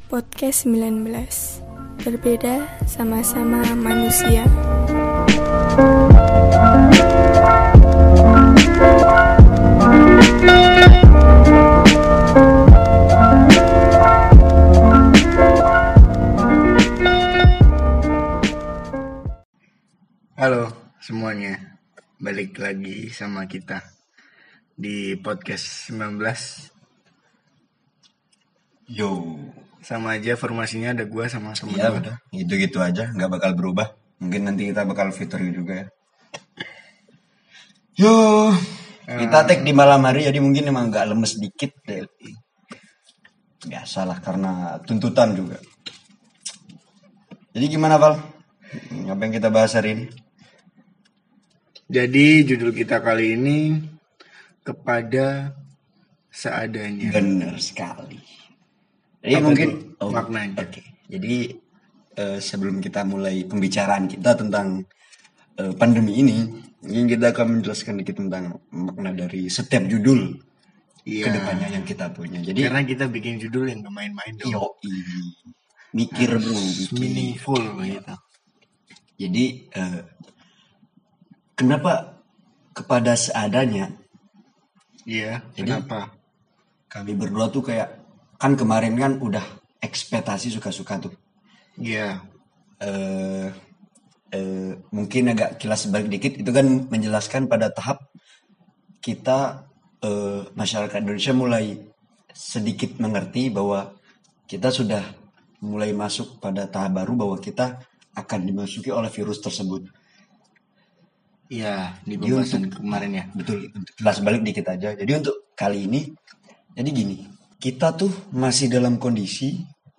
Podcast 19. Berbeda sama-sama manusia. Halo semuanya, balik lagi sama kita di podcast 19. Yo, Sama aja formasinya, ada gua sama temen ya gua. udah, gitu-gitu aja, nggak bakal berubah. Mungkin nanti kita bakal fitur juga ya. Yo, kita tag di malam hari, jadi mungkin emang nggak lemes dikit deh. Biasalah karena tuntutan juga. Jadi gimana Val? Apa yang kita bahas hari ini? Jadi judul kita kali ini kepada seadanya. Bener sekali. Jadi Apa mungkin tuh maknanya? Oke. Jadi sebelum kita mulai pembicaraan kita tentang pandemi ini kita akan menjelaskan dikit tentang makna dari setiap judul Iya. kedepannya yang kita punya. Jadi Karena kita bikin judul yang gak main-main dong. yoi, mikir bro, mikir. Meaningful gitu. Jadi kenapa kepada seadanya? Iya. Jadi- Kenapa? Kami berdua tuh kayak kan kemarin kan udah ekspektasi suka-suka tuh. Iya. eh mungkin agak kilas balik dikit itu kan menjelaskan pada tahap kita masyarakat Indonesia mulai sedikit mengerti bahwa kita sudah mulai masuk pada tahap baru bahwa kita akan dimasuki oleh virus tersebut. Iya. Di Jadi pembahasan kemarin ya. Betul, untuk kilas balik dikit aja. Jadi untuk kali ini, jadi gini, kita tuh masih dalam kondisi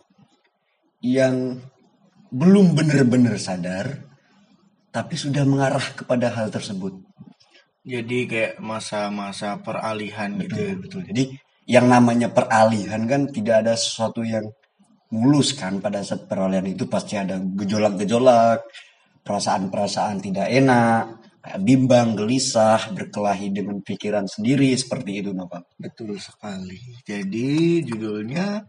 yang belum benar-benar sadar, tapi sudah mengarah kepada hal tersebut. Jadi kayak masa-masa peralihan gitu ya. Betul. Jadi yang namanya peralihan kan tidak ada sesuatu yang mulus kan. Pada saat peralihan itu pasti ada gejolak-gejolak, perasaan-perasaan tidak enak, kayak bimbang, gelisah, berkelahi dengan pikiran sendiri seperti itu, Nova. Betul sekali. Jadi judulnya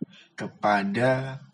kepada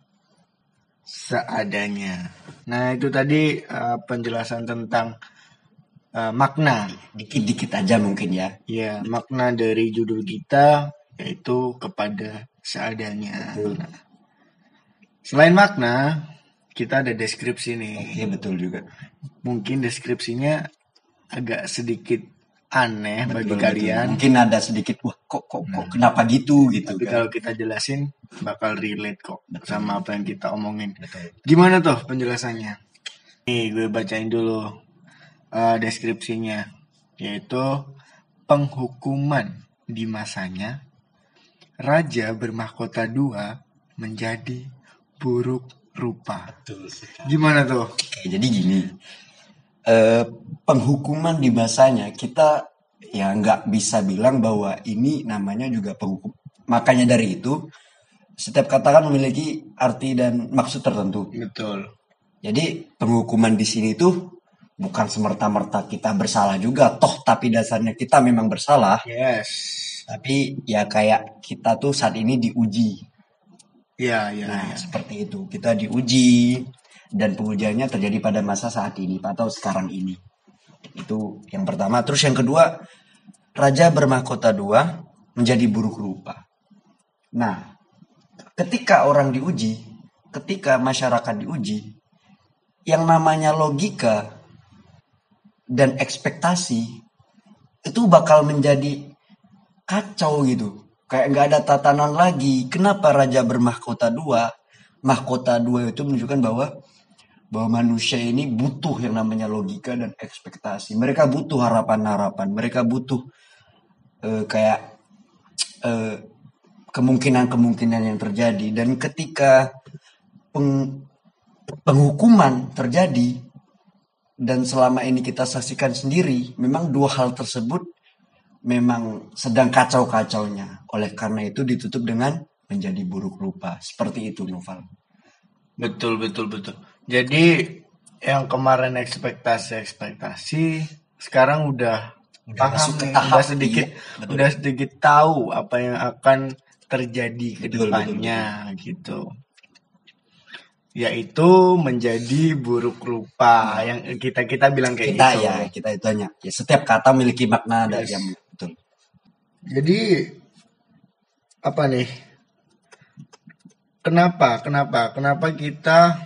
seadanya. Nah itu tadi penjelasan tentang makna. Dikit-dikit aja mungkin ya. Ya, makna dari judul kita yaitu kepada seadanya. Betul. Nah, selain makna, kita ada deskripsi nih. Iya betul juga. Mungkin deskripsinya agak sedikit aneh bagi Betul. kalian. Mungkin ada sedikit wah kok kenapa gitu Tapi kan. kalau kita jelasin bakal relate kok sama apa yang kita omongin. Betul. Gimana tuh penjelasannya? Nih gue bacain dulu deskripsinya, yaitu penghukuman di masanya raja bermahkota 2 menjadi buruk rupa. Betul sekali. Gimana tuh? Oke, jadi gini, penghukuman di masanya kita ya nggak bisa bilang bahwa ini namanya juga penghukum. Makanya dari itu setiap kata kan memiliki arti dan maksud tertentu. Betul. Jadi penghukuman di sini tuh bukan semerta-merta kita bersalah juga, toh tapi dasarnya kita memang bersalah. Yes. Tapi ya kayak kita tuh saat ini diuji. Ya. Nah, seperti itu. Kita diuji dan pengujiannya terjadi pada masa saat ini atau sekarang ini. Itu yang pertama. Terus yang kedua, raja bermahkota 2 menjadi buruk rupa. Nah, ketika orang diuji, ketika masyarakat diuji, yang namanya logika dan ekspektasi itu bakal menjadi kacau gitu. Kayak nggak ada tatanan lagi. Kenapa raja bermahkota 2? Mahkota 2 itu menunjukkan bahwa manusia ini butuh yang namanya logika dan ekspektasi. Mereka butuh harapan-harapan. Mereka butuh kayak kemungkinan-kemungkinan yang terjadi. Dan ketika penghukuman terjadi dan selama ini kita saksikan sendiri, memang dua hal tersebut memang sedang kacau-kacaunya. Oleh karena itu ditutup dengan menjadi buruk rupa. Seperti itu, Noval. Betul. Jadi yang kemarin ekspektasi sekarang udah paham masuk ke nih, tahap, udah sedikit iya, betul. udah sedikit tahu apa yang akan terjadi ke Betul, depannya gitu. Yaitu menjadi buruk rupa yang kita bilang kayak Kita gitu. kita itu hanya setiap kata memiliki makna Yes. yang betul. Jadi apa nih? Kenapa kita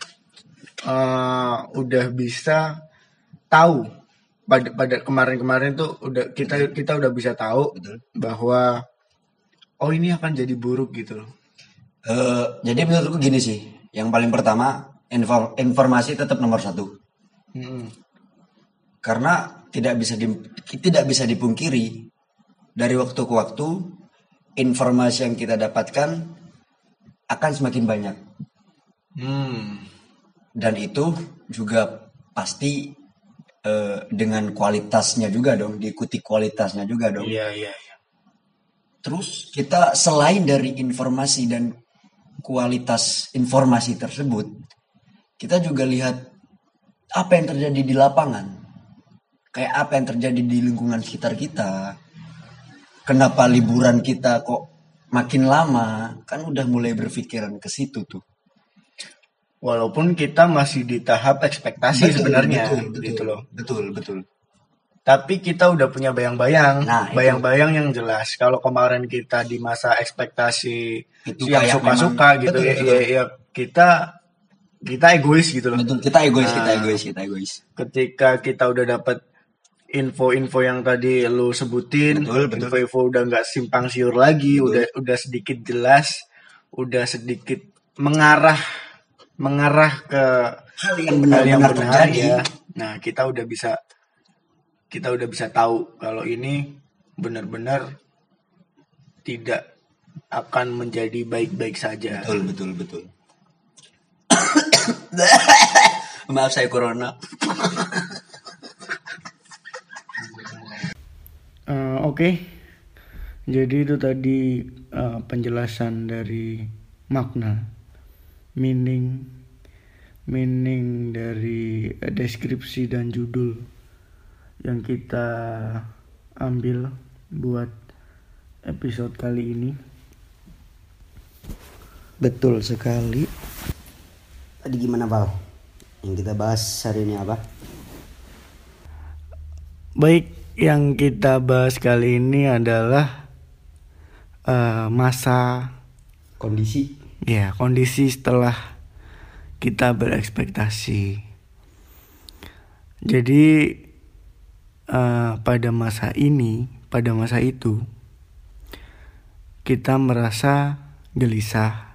udah bisa tahu pada kemarin-kemarin tuh udah kita udah bisa tahu Betul. bahwa ini akan jadi buruk gitu loh. Jadi menurutku gini sih, yang paling pertama informasi tetap nomor satu. Karena tidak bisa dipungkiri dari waktu ke waktu informasi yang kita dapatkan akan semakin banyak. Dan itu juga pasti dengan kualitasnya juga dong, diikuti kualitasnya juga dong. Iya. Terus kita selain dari informasi dan kualitas informasi tersebut, kita juga lihat apa yang terjadi di lapangan. Kayak apa yang terjadi di lingkungan sekitar kita. Kenapa liburan kita kok makin lama? Kan udah mulai berpikiran ke situ tuh. Walaupun kita masih di tahap ekspektasi sebenarnya gitu loh. Betul. Tapi kita udah punya bayang-bayang, Nah, bayang-bayang yang jelas. Kalau kemarin kita di masa ekspektasi Itu yang kayak suka-suka memang- gitu, betul. ya kita egois gitu loh. Betul, kita egois. Ketika kita udah dapat info-info yang tadi lu sebutin, Betul. info-info udah nggak simpang siur lagi, udah sedikit jelas, udah sedikit mengarah ke Hal yang hal yang benar-benar benar terjadi. ya. Nah, kita udah bisa tahu kalau ini benar-benar tidak akan menjadi baik-baik saja. Betul. Maaf saya corona. Oke. Jadi itu tadi penjelasan dari makna, meaning dari deskripsi dan judul yang kita ambil buat episode kali ini. Betul sekali. Tadi gimana, Val? Yang kita bahas hari ini apa? Baik, yang kita bahas kali ini adalah masa Kondisi. kondisi setelah kita berekspektasi. Jadi pada masa itu kita merasa gelisah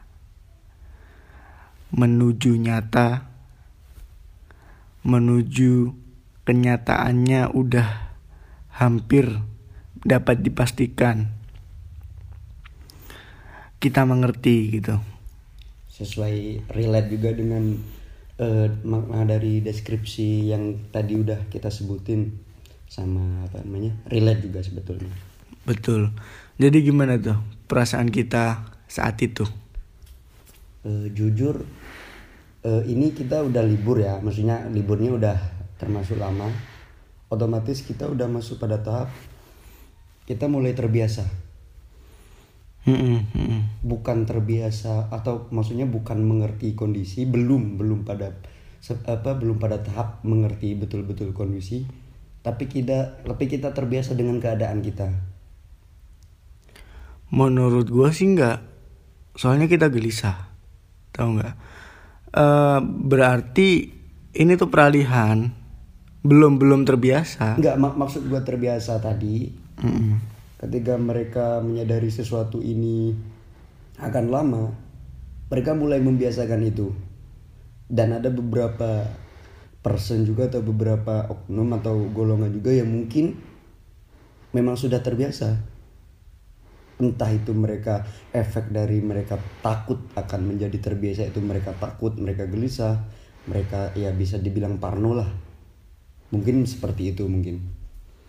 menuju kenyataannya udah hampir dapat dipastikan. Kita mengerti gitu. Sesuai relate juga dengan makna dari deskripsi yang tadi udah kita sebutin, sama relate juga sebetulnya. Betul. Jadi gimana tuh perasaan kita saat itu? Jujur ini kita udah libur ya, maksudnya liburnya udah termasuk lama. Otomatis kita udah masuk pada tahap kita mulai terbiasa. Bukan terbiasa, atau maksudnya bukan mengerti kondisi, belum pada tahap mengerti betul-betul kondisi, tapi kita terbiasa dengan keadaan kita. Menurut gue sih enggak. Soalnya kita gelisah. Tahu enggak? Berarti ini tuh peralihan, belum terbiasa. Enggak, maksud gue terbiasa tadi. Ketika mereka menyadari sesuatu ini akan lama, mereka mulai membiasakan itu. Dan ada beberapa person juga, atau beberapa oknum atau golongan juga yang mungkin memang sudah terbiasa. Entah itu mereka efek dari mereka takut akan menjadi terbiasa, itu mereka takut, mereka gelisah, mereka ya bisa dibilang parno lah. Mungkin seperti itu mungkin.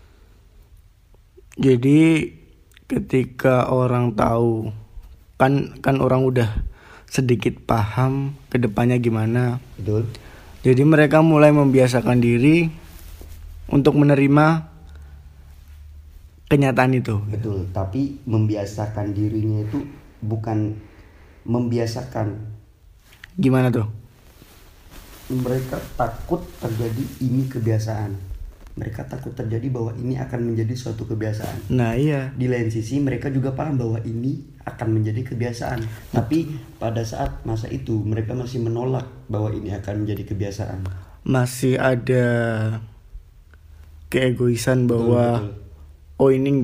Jadi ketika orang tahu, kan orang udah sedikit paham ke depannya gimana. Betul. Jadi mereka mulai membiasakan diri untuk menerima kenyataan itu. Betul, tapi membiasakan dirinya itu bukan membiasakan. Gimana tuh? Mereka takut terjadi ini kebiasaan. Mereka takut terjadi bahwa ini akan menjadi suatu kebiasaan. Nah iya. Di lain sisi mereka juga paham bahwa ini akan menjadi kebiasaan. Tapi pada saat masa itu mereka masih menolak bahwa ini akan menjadi kebiasaan. Masih ada keegoisan bahwa Betul. oh ini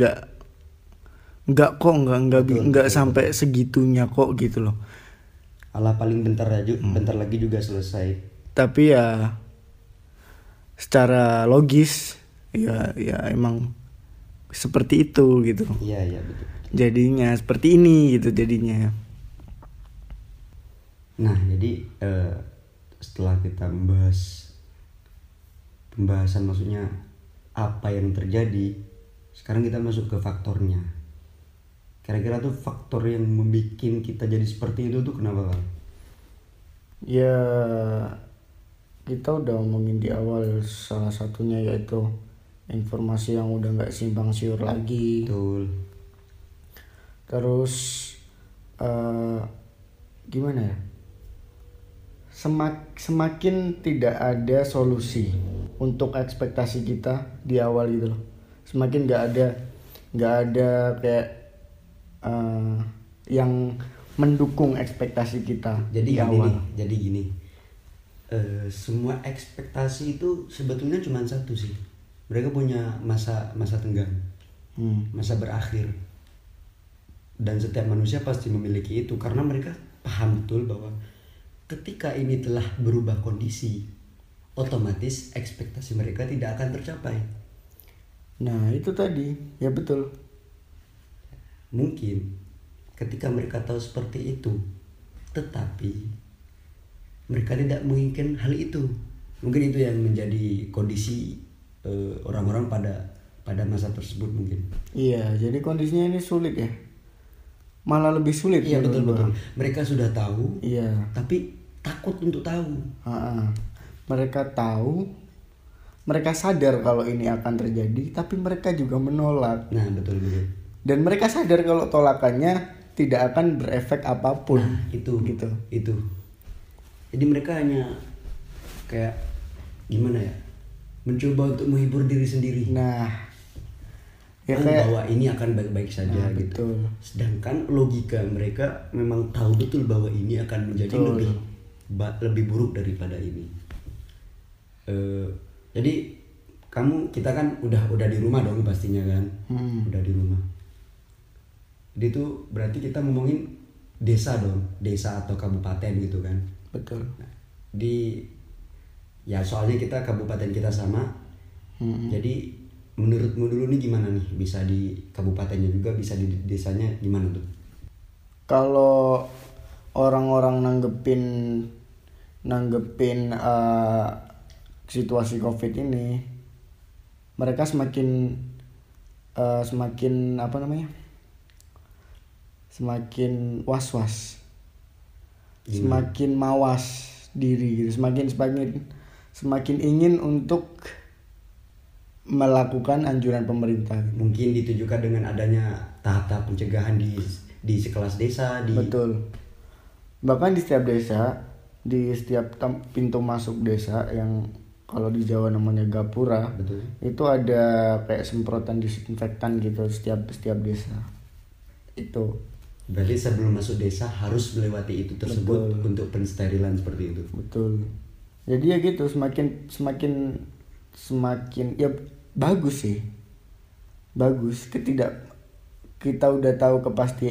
nggak sampai segitunya kok gitu loh. Alah paling bentar lagi juga selesai. Tapi ya secara logis ya emang seperti itu gitu. Iya betul. Jadinya seperti ini gitu jadinya. Nah jadi setelah kita membahas pembahasan maksudnya apa yang terjadi, sekarang kita masuk ke faktornya. Kira-kira tuh faktor yang membuat kita jadi seperti itu tuh kenapa, Bang? Ya kita udah ngomongin di awal, salah satunya yaitu informasi yang udah nggak simpang siur lagi. Betul. Terus gimana ya? Semakin tidak ada solusi untuk ekspektasi kita di awal gitu loh. Semakin nggak ada kayak yang mendukung ekspektasi kita Jadi di awal. gini. Semua ekspektasi itu sebetulnya cuma satu sih. Mereka punya masa tenggang, masa berakhir. Dan setiap manusia pasti memiliki itu karena mereka paham betul bahwa ketika ini telah berubah kondisi, otomatis ekspektasi mereka tidak akan tercapai. Nah itu tadi ya betul. Mungkin ketika mereka tahu seperti itu, tetapi mereka tidak menginginkan hal itu. Mungkin itu yang menjadi kondisi orang-orang pada masa tersebut mungkin. Iya, jadi kondisinya ini sulit ya. Malah lebih sulit. Iya menurut betul. gua. Mereka sudah tahu, Iya. tapi takut untuk tahu. Mereka tahu, mereka sadar kalau ini akan terjadi, tapi mereka juga menolak. Nah betul. Dan mereka sadar kalau tolakannya tidak akan berefek apapun. Nah, itu. Jadi mereka hanya kayak gimana ya? Mencoba untuk menghibur diri sendiri. Nah, ya kayak bahwa ini akan baik-baik saja gitu. Betul. Sedangkan logika mereka memang tahu betul bahwa ini akan menjadi lebih buruk daripada ini. Jadi kita kan udah di rumah dong pastinya kan. Udah di rumah. Jadi itu berarti kita ngomongin desa dong, desa atau kabupaten gitu kan. Betul. Nah, soalnya kita kabupaten kita sama. Jadi menurutmu dulu nih gimana nih, bisa di kabupatennya juga bisa di desanya gimana tuh? Kalau orang-orang nanggepin situasi COVID ini, mereka semakin semakin was-was, semakin mawas diri gitu, semakin ingin untuk melakukan anjuran pemerintah. Mungkin ditujukan dengan adanya tahap-tahap pencegahan di sekelas desa. Betul. Bahkan di setiap desa, di setiap pintu masuk desa yang kalau di Jawa namanya gapura, betul. Itu ada kayak semprotan disinfektan gitu setiap desa. Itu. Berarti sebelum masuk desa harus melewati itu tersebut. Betul. Untuk pensterilan seperti itu. Betul. Jadi ya gitu, semakin ya bagus sih. Bagus. Kita udah tahu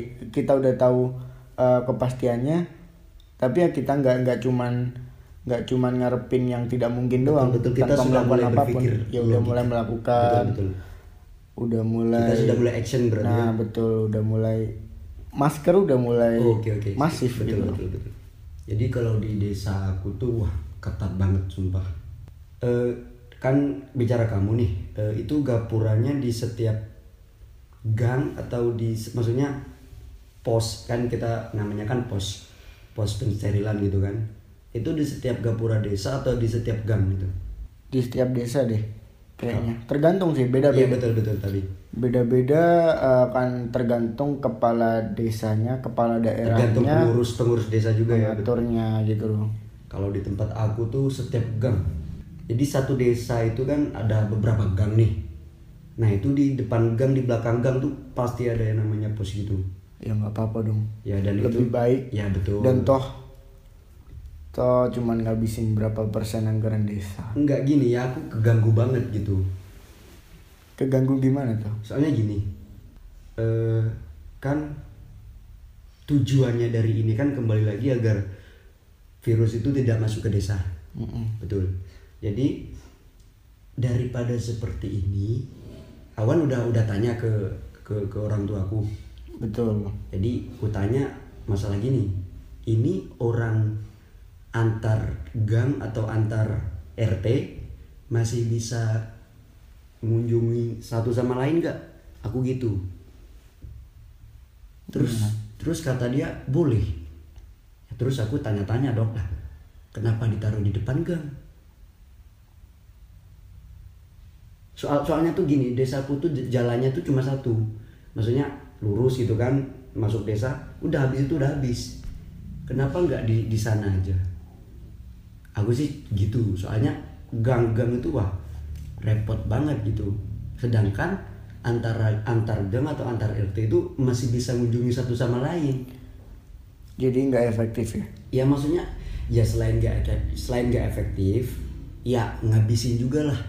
kepastiannya, tapi ya kita nggak cuman ngarepin yang tidak mungkin doang. Betul, kita tanpa sudah mulai apapun. berpikir. Ya udah mulai melakukan. Betul. Kita sudah mulai action berarti. Nah, betul, udah mulai masker udah mulai masif betul, gitu. Betul. Jadi kalau di desa aku tuh ketat banget sumpah. Kan bicara kamu nih, itu gapuranya di setiap gang atau maksudnya pos, kan kita namanya kan pos pensterilan gitu kan. Itu di setiap gapura desa atau di setiap gang gitu? Di setiap desa deh. kayaknya. Tergantung sih, Iya beda-beda. betul tadi. Beda-beda kan tergantung kepala desanya, kepala Tergantung daerahnya, pengurus desa juga ya. pengaturnya gitu loh. Kalau di tempat aku tuh setiap gang. Jadi satu desa itu kan ada beberapa gang nih. Nah itu di depan gang, di belakang gang tuh pasti ada yang namanya pos gitu. Ya nggak apa-apa dong. Ya dan Lebih itu baik. ya betul. Dan toh cuman ngabisin berapa persen anggaran desa. Enggak gini ya, aku keganggu banget gitu. Keganggu gimana tuh? Soalnya gini, kan tujuannya dari ini kan kembali lagi agar virus itu tidak masuk ke desa. Betul. Jadi daripada seperti ini, Awan udah tanya ke orang tuaku. Betul. Jadi aku tanya masalah gini, ini orang antar gang atau antar RT masih bisa mengunjungi satu sama lain gak? Aku gitu. Terus kata dia boleh. Terus aku tanya-tanya dong lah, kenapa ditaruh di depan gang? Soalnya tuh gini, desaku tuh jalannya tuh cuma satu, maksudnya lurus gitu kan, masuk desa, udah habis itu udah habis. Kenapa nggak di sana aja? Aku sih gitu, soalnya gang-gang itu wah repot banget gitu. Sedangkan antar gang atau antar RT itu masih bisa mengunjungi satu sama lain. Jadi nggak efektif ya? Ya maksudnya ya selain nggak efektif, ya ngabisin juga lah.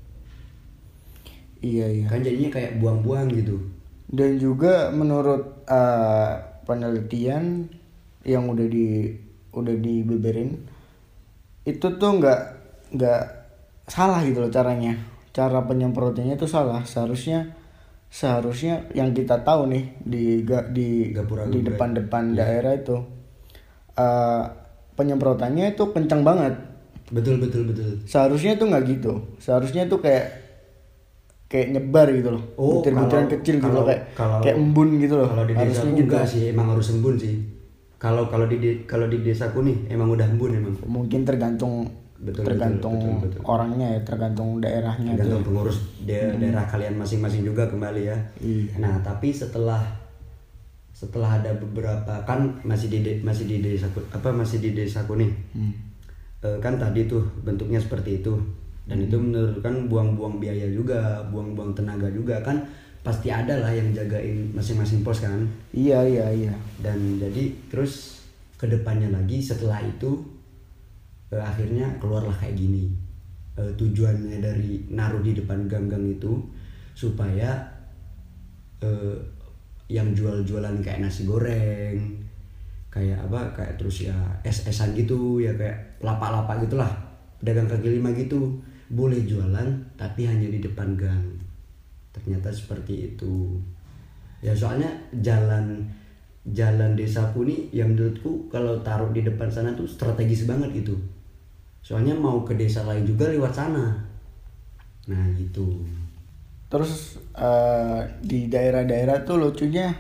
Iya. Kan jadinya kayak buang-buang gitu. Dan juga menurut penelitian yang udah dibeberin, itu tuh nggak salah gitu loh caranya. Cara penyemprotannya itu salah. Seharusnya yang kita tahu nih di depan-depan daerah itu penyemprotannya itu kencang banget. Betul. Seharusnya itu nggak gitu. Seharusnya itu kayak nyebar gitu loh. Butir-butiran kecil gitu loh, kayak embun gitu loh. Kalau di desa Harusnya aku gitu. enggak sih, emang harus embun sih. Kalau di desaku nih emang udah embun emang. Mungkin tergantung Betul. orangnya ya, tergantung daerahnya Tergantung tuh. pengurus daerah kalian masing-masing juga kembali ya. Iya. Nah tapi setelah ada beberapa kan masih di desaku nih. Kan tadi tuh bentuknya seperti itu, dan itu menurutkan buang-buang biaya juga, buang-buang tenaga juga kan, pasti ada lah yang jagain masing-masing pos kan. Iya. Dan jadi terus kedepannya lagi setelah itu akhirnya keluarlah kayak gini. Tujuannya dari naruh di depan gang-gang itu supaya yang jual-jualan kayak nasi goreng, kayak terus ya es-esan gitu ya, kayak lapak-lapak gitulah, pedagang kaki lima gitu, boleh jualan tapi hanya di depan gang. Ternyata seperti itu ya, soalnya jalan desaku nih yang menurutku kalau taruh di depan sana tuh strategis banget gitu, soalnya mau ke desa lain juga lewat sana. Nah gitu. Terus di daerah-daerah tuh lucunya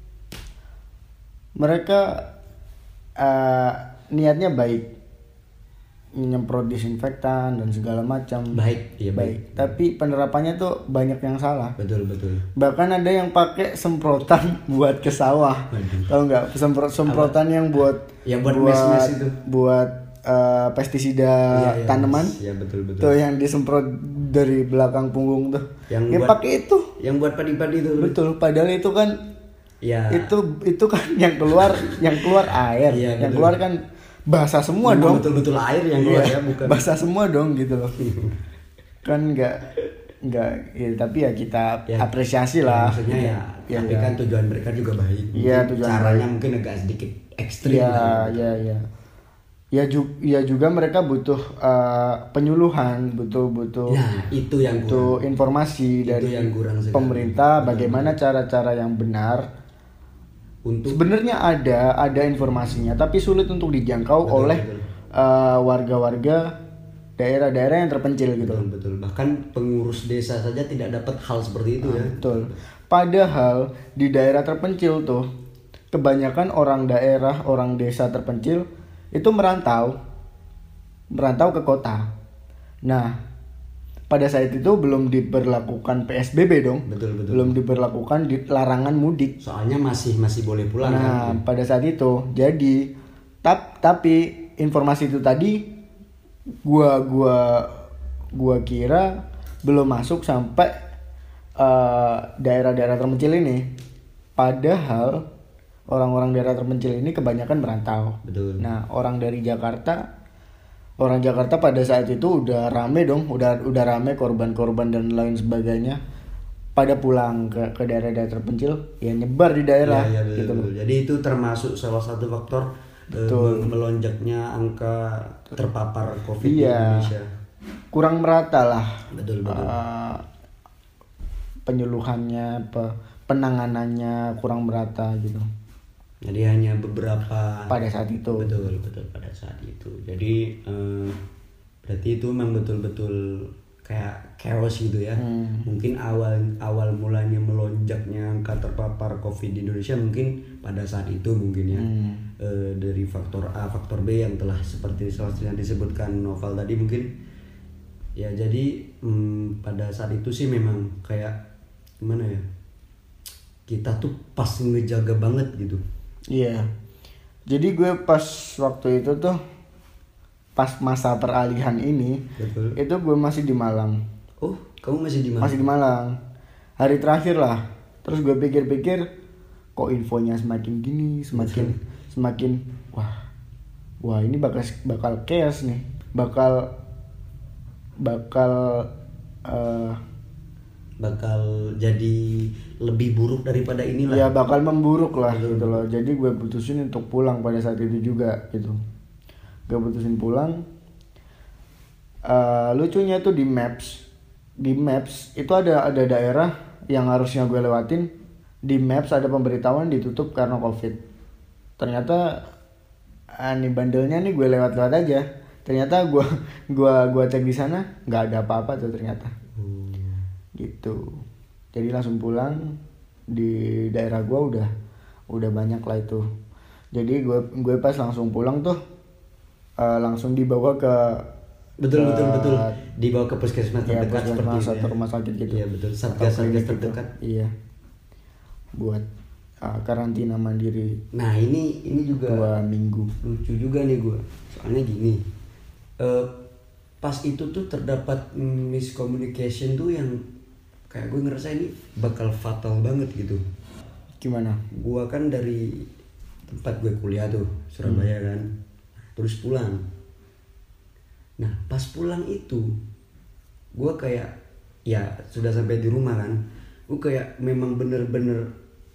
mereka niatnya baik, menyemprot disinfektan dan segala macam. Baik. Tapi penerapannya tuh banyak yang salah. Betul. Bahkan ada yang pakai semprotan buat ke sawah. Tahu nggak? Semprotan yang buat mes-mes itu. Buat pestisida tanaman. Iya betul. Tuh yang disemprot dari belakang punggung tuh. Yang pakai itu. Yang buat padi-padi itu. Betul. Padahal itu kan. Ya. Itu kan yang keluar air. Ya, yang keluar kan basah semua dong. Betul air yang keluar ya, bukan. Basah semua dong gitu loh. Kan enggak ya, tapi ya kita apresiasi lah. Maksudnya tapi kan tujuan mereka juga baik. Iya, tujuan caranya baik. mungkin agak sedikit ekstrim. Iya. Ya juga mereka butuh penyuluhan, butuh nah, itu yang butuh informasi dari yang kurang pemerintah bagaimana cara-cara yang benar. Sebenarnya ada informasinya tapi sulit untuk dijangkau oleh warga-warga daerah-daerah yang terpencil gitu. Betul. Bahkan pengurus desa saja tidak dapat hal seperti itu ya. Betul. Padahal di daerah terpencil tuh kebanyakan orang desa terpencil itu merantau ke kota. Nah, pada saat itu belum diberlakukan PSBB dong. Betul. Belum diberlakukan larangan mudik. Soalnya masih boleh pulang Nah, kan. pada saat itu. Jadi tapi informasi itu tadi gua kira belum masuk sampai daerah-daerah terpencil ini. Padahal orang-orang daerah terpencil ini kebanyakan merantau. Betul. Nah, orang Jakarta pada saat itu udah rame dong, udah rame korban-korban dan lain sebagainya pada pulang ke daerah-daerah terpencil, ya nyebar di daerah Iya, gitu loh. Jadi itu termasuk salah satu faktor melonjaknya angka terpapar COVID di Indonesia. Kurang merata lah. Betul. Penyuluhannya, penanganannya kurang merata gitu. Jadi hanya beberapa Pada saat itu. Betul pada saat itu. Jadi berarti itu memang betul-betul kayak chaos gitu ya. Mungkin awal mulanya melonjaknya angka terpapar COVID di Indonesia mungkin pada saat itu mungkin ya. Dari faktor A, faktor B yang telah seperti yang disebutkan Noval tadi mungkin. Ya jadi pada saat itu sih memang kayak gimana ya? Kita tuh pas ngejaga banget gitu. Iya. Jadi gue pas waktu itu tuh pas masa peralihan ini, Betul. itu gue masih di Malang. Oh, kamu masih di mana? Masih di Malang. Hari terakhir lah. Terus gue pikir-pikir kok infonya semakin gini, semakin wah ini bakal chaos nih. Bakal jadi lebih buruk daripada inilah. ya bakal memburuk lah gitu loh. Jadi gue putusin untuk pulang pada saat itu juga gitu. Gue putusin pulang. Lucunya tuh di Maps itu ada daerah yang harusnya gue lewatin. Di Maps ada pemberitahuan ditutup karena COVID. Ternyata nih bandelnya nih gue lewat aja. Ternyata gue cek di sana nggak ada apa-apa tuh ternyata. Gitu. Jadi langsung pulang. Di daerah gue udah banyak lah itu. Jadi gue pas langsung pulang tuh langsung dibawa ke betul dibawa ke puskesmas terdekat seperti itu ya. Rumah sakit gitu. Iya betul, satgas terdekat. Iya. Buat karantina mandiri. Nah ini juga 2 minggu. Lucu juga nih gue. Soalnya gini, pas itu tuh terdapat miscommunication tuh yang kayak gue ngerasa ini bakal fatal banget gitu. Gimana? Gue kan dari tempat gue kuliah tuh Surabaya kan, terus pulang. Nah pas pulang itu gue kayak ya sudah sampai di rumah kan, gue kayak memang bener-bener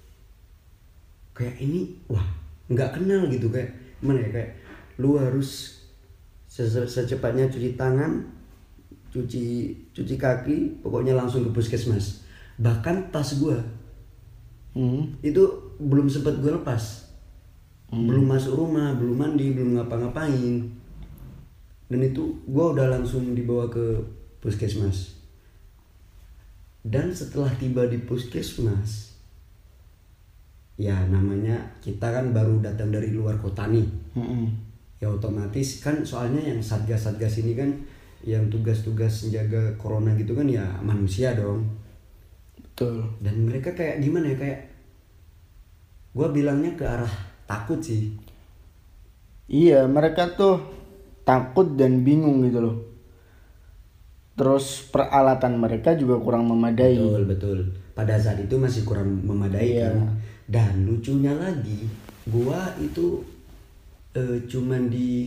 kayak ini wah nggak kenal gitu, kayak gimana ya, kayak lu harus secepatnya cuci tangan, cuci kaki, pokoknya langsung ke puskesmas. Bahkan tas gue itu belum sempat gue lepas, belum masuk rumah, belum mandi, belum ngapa-ngapain, dan itu gue udah langsung dibawa ke puskesmas. Dan setelah tiba di puskesmas, ya namanya kita kan baru datang dari luar kota nih, ya otomatis kan soalnya yang satgas ini kan yang tugas-tugas menjaga corona gitu kan ya manusia dong. Betul. Dan mereka kayak gimana ya, kayak gue bilangnya ke arah takut sih. Iya, mereka tuh takut dan bingung gitu loh. Terus peralatan mereka juga kurang memadai. Betul. Pada saat itu masih kurang memadai kan. Dan lucunya lagi, gue itu cuman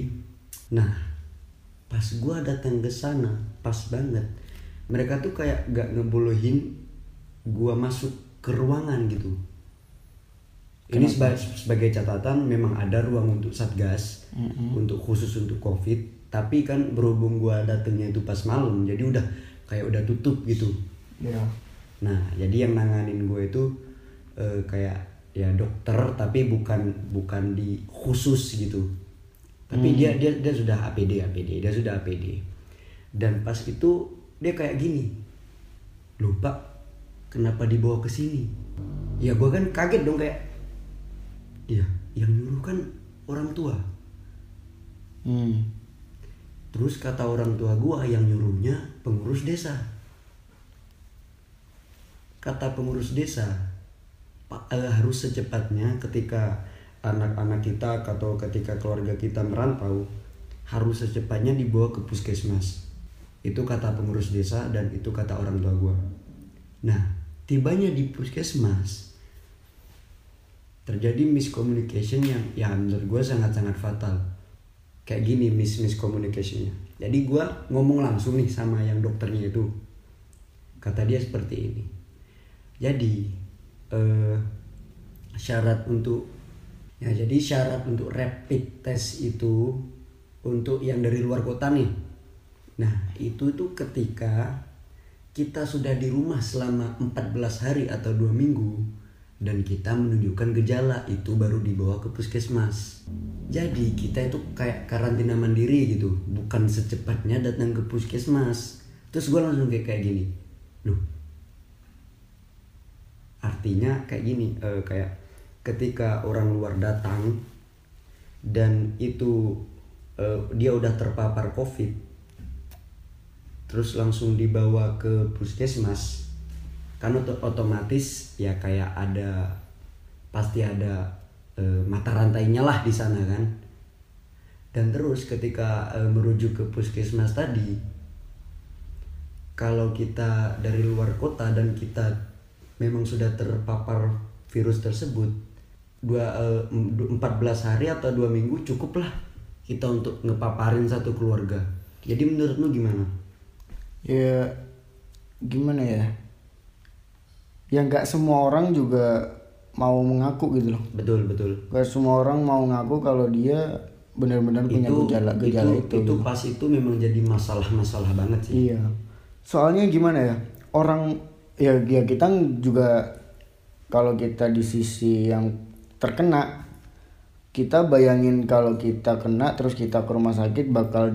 pas gue datang ke sana, pas banget mereka tuh kayak gak ngebolehin gue masuk ke ruangan gitu. Ini sebagai catatan, memang ada ruang untuk satgas, untuk khusus untuk COVID. Tapi kan berhubung gue datangnya itu pas malam, jadi udah tutup gitu. Yeah. Nah, jadi yang nanganin gue itu kayak ya dokter, tapi bukan di khusus gitu. Tapi dia sudah APD. Dia sudah APD. Dan pas itu dia kayak gini, "Loh Pak, kenapa dibawa ke sini?" Ya gue kan kaget dong, kayak iya, yang nyuruh kan orang tua. Terus kata orang tua gue, yang nyuruhnya pengurus desa. Kata pengurus desa harus secepatnya ketika anak-anak kita atau ketika keluarga kita merantau, harus secepatnya dibawa ke puskesmas. Itu kata pengurus desa dan itu kata orang tua gue. Nah, tibanya di puskesmas terjadi miscommunication yang menurut gue sangat-sangat fatal. Kayak gini miscommunicationnya. Jadi gue ngomong langsung nih sama yang dokternya itu. Kata dia seperti ini. Jadi syarat untuk rapid test itu untuk yang dari luar kota nih. Nah, itu ketika kita sudah di rumah selama 14 hari atau 2 minggu dan kita menunjukkan gejala, itu baru dibawa ke puskesmas. Jadi kita itu kayak karantina mandiri gitu, bukan secepatnya datang ke puskesmas. Terus gue langsung kayak gini, loh, artinya kayak gini, kayak ketika orang luar datang dan itu dia udah terpapar COVID, terus langsung dibawa ke puskesmas, kan otomatis ya kayak pasti ada mata rantainya lah di sana kan. Dan terus ketika merujuk ke puskesmas tadi, kalau kita dari luar kota dan kita memang sudah terpapar virus tersebut, 14 hari atau 2 minggu cukup lah kita untuk ngepaparin satu keluarga. Jadi menurutmu gimana? Ya gimana ya? Ya nggak semua orang juga mau mengaku gitu loh. Betul. Gak semua orang mau ngaku kalau dia benar-benar punya gejala itu. Itu pas itu memang jadi masalah banget sih. Iya. Soalnya gimana ya? Orang ya kita juga kalau kita di sisi yang terkena, kita bayangin kalau kita kena terus kita ke rumah sakit bakal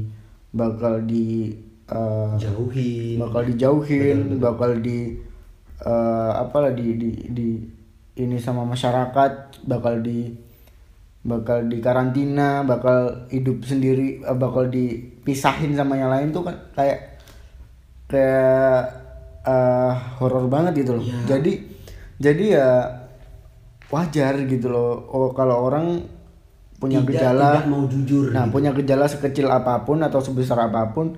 dijauhin, Betul. bakal ini sama masyarakat, bakal di karantina, bakal hidup sendiri, bakal dipisahin sama yang lain tuh kan kayak horor banget gitu loh. Ya. Jadi ya wajar gitu loh. Kalau orang punya gejala, tidak mau jujur. Nah, gitu. punya gejala sekecil apapun atau sebesar apapun,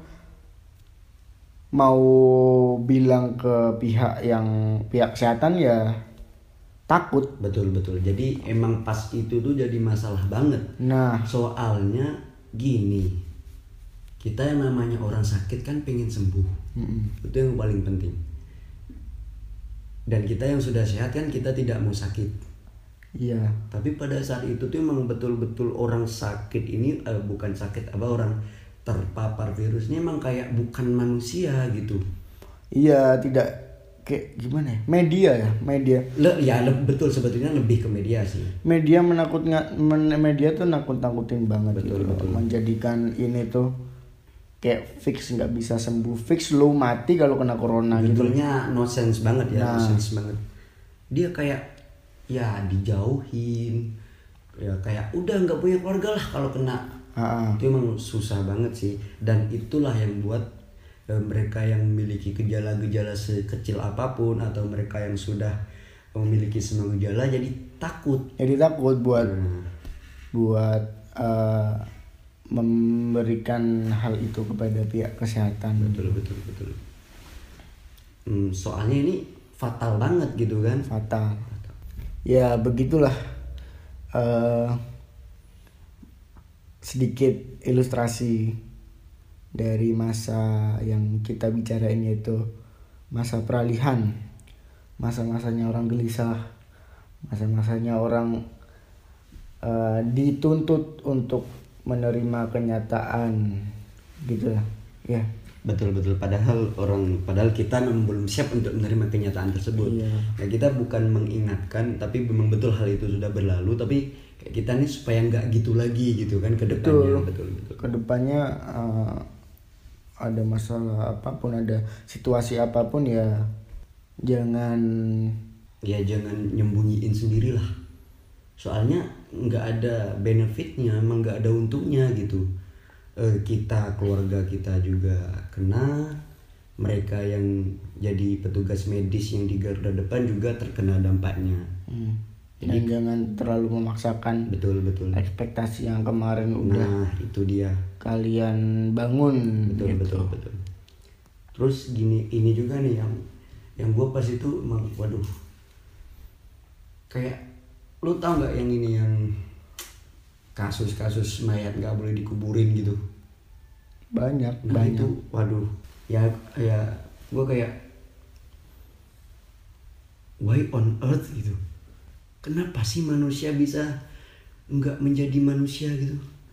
mau bilang ke pihak kesehatan ya takut. Betul. Jadi emang pas itu tuh jadi masalah banget. Nah, soalnya gini, kita yang namanya orang sakit kan pengen sembuh. Itu yang paling penting. Dan kita yang sudah sehat kan kita tidak mau sakit. iya. Tapi pada saat itu tuh emang betul-betul orang sakit ini bukan sakit orang terpapar virus ini emang kayak bukan manusia gitu. Iya, tidak kayak gimana ya? Media. Betul, sebetulnya lebih ke media sih. Media media tuh nakut-nakutin banget. Betul. Menjadikan ini tuh kayak fix nggak bisa sembuh, fix lu mati kalau kena corona gitu. Betulnya no sense banget ya, Nah. no sense banget. Dia kayak ya dijauhin, ya kayak udah nggak punya keluarga lah kalau kena. Itu emang susah banget sih. Dan itulah yang buat mereka yang memiliki gejala-gejala sekecil apapun atau mereka yang sudah memiliki semua gejala jadi takut buat memberikan hal itu kepada pihak kesehatan. Betul. Soalnya ini fatal banget gitu kan. Fatal. Ya begitulah sedikit ilustrasi dari masa yang kita bicarain, yaitu masa peralihan, masa-masanya orang gelisah, masa-masanya orang dituntut untuk menerima kenyataan gitu ya. Betul. Padahal kita memang belum siap untuk menerima kenyataan tersebut. Iya. Ya, kita bukan mengingatkan, tapi memang betul hal itu sudah berlalu. Tapi kayak kita nih supaya nggak gitu lagi gitu kan ke depannya. Betul. Kedepannya ada masalah apapun, ada situasi apapun ya jangan nyembunyiin sendirilah. Soalnya nggak ada benefitnya, emang nggak ada untungnya gitu. kita, keluarga kita juga kena, mereka yang jadi petugas medis yang di garda depan juga terkena dampaknya. Dan jangan terlalu memaksakan Betul. ekspektasi yang kemarin udah Nah, itu dia. kalian bangun. Betul. Terus ini juga nih yang gue pas itu emang waduh. Kayak lu tau nggak yang ini yang kasus-kasus mayat nggak boleh dikuburin gitu. Banyak. Itu waduh. Ya gue kayak why on earth gitu. Kenapa sih manusia bisa nggak menjadi manusia gitu?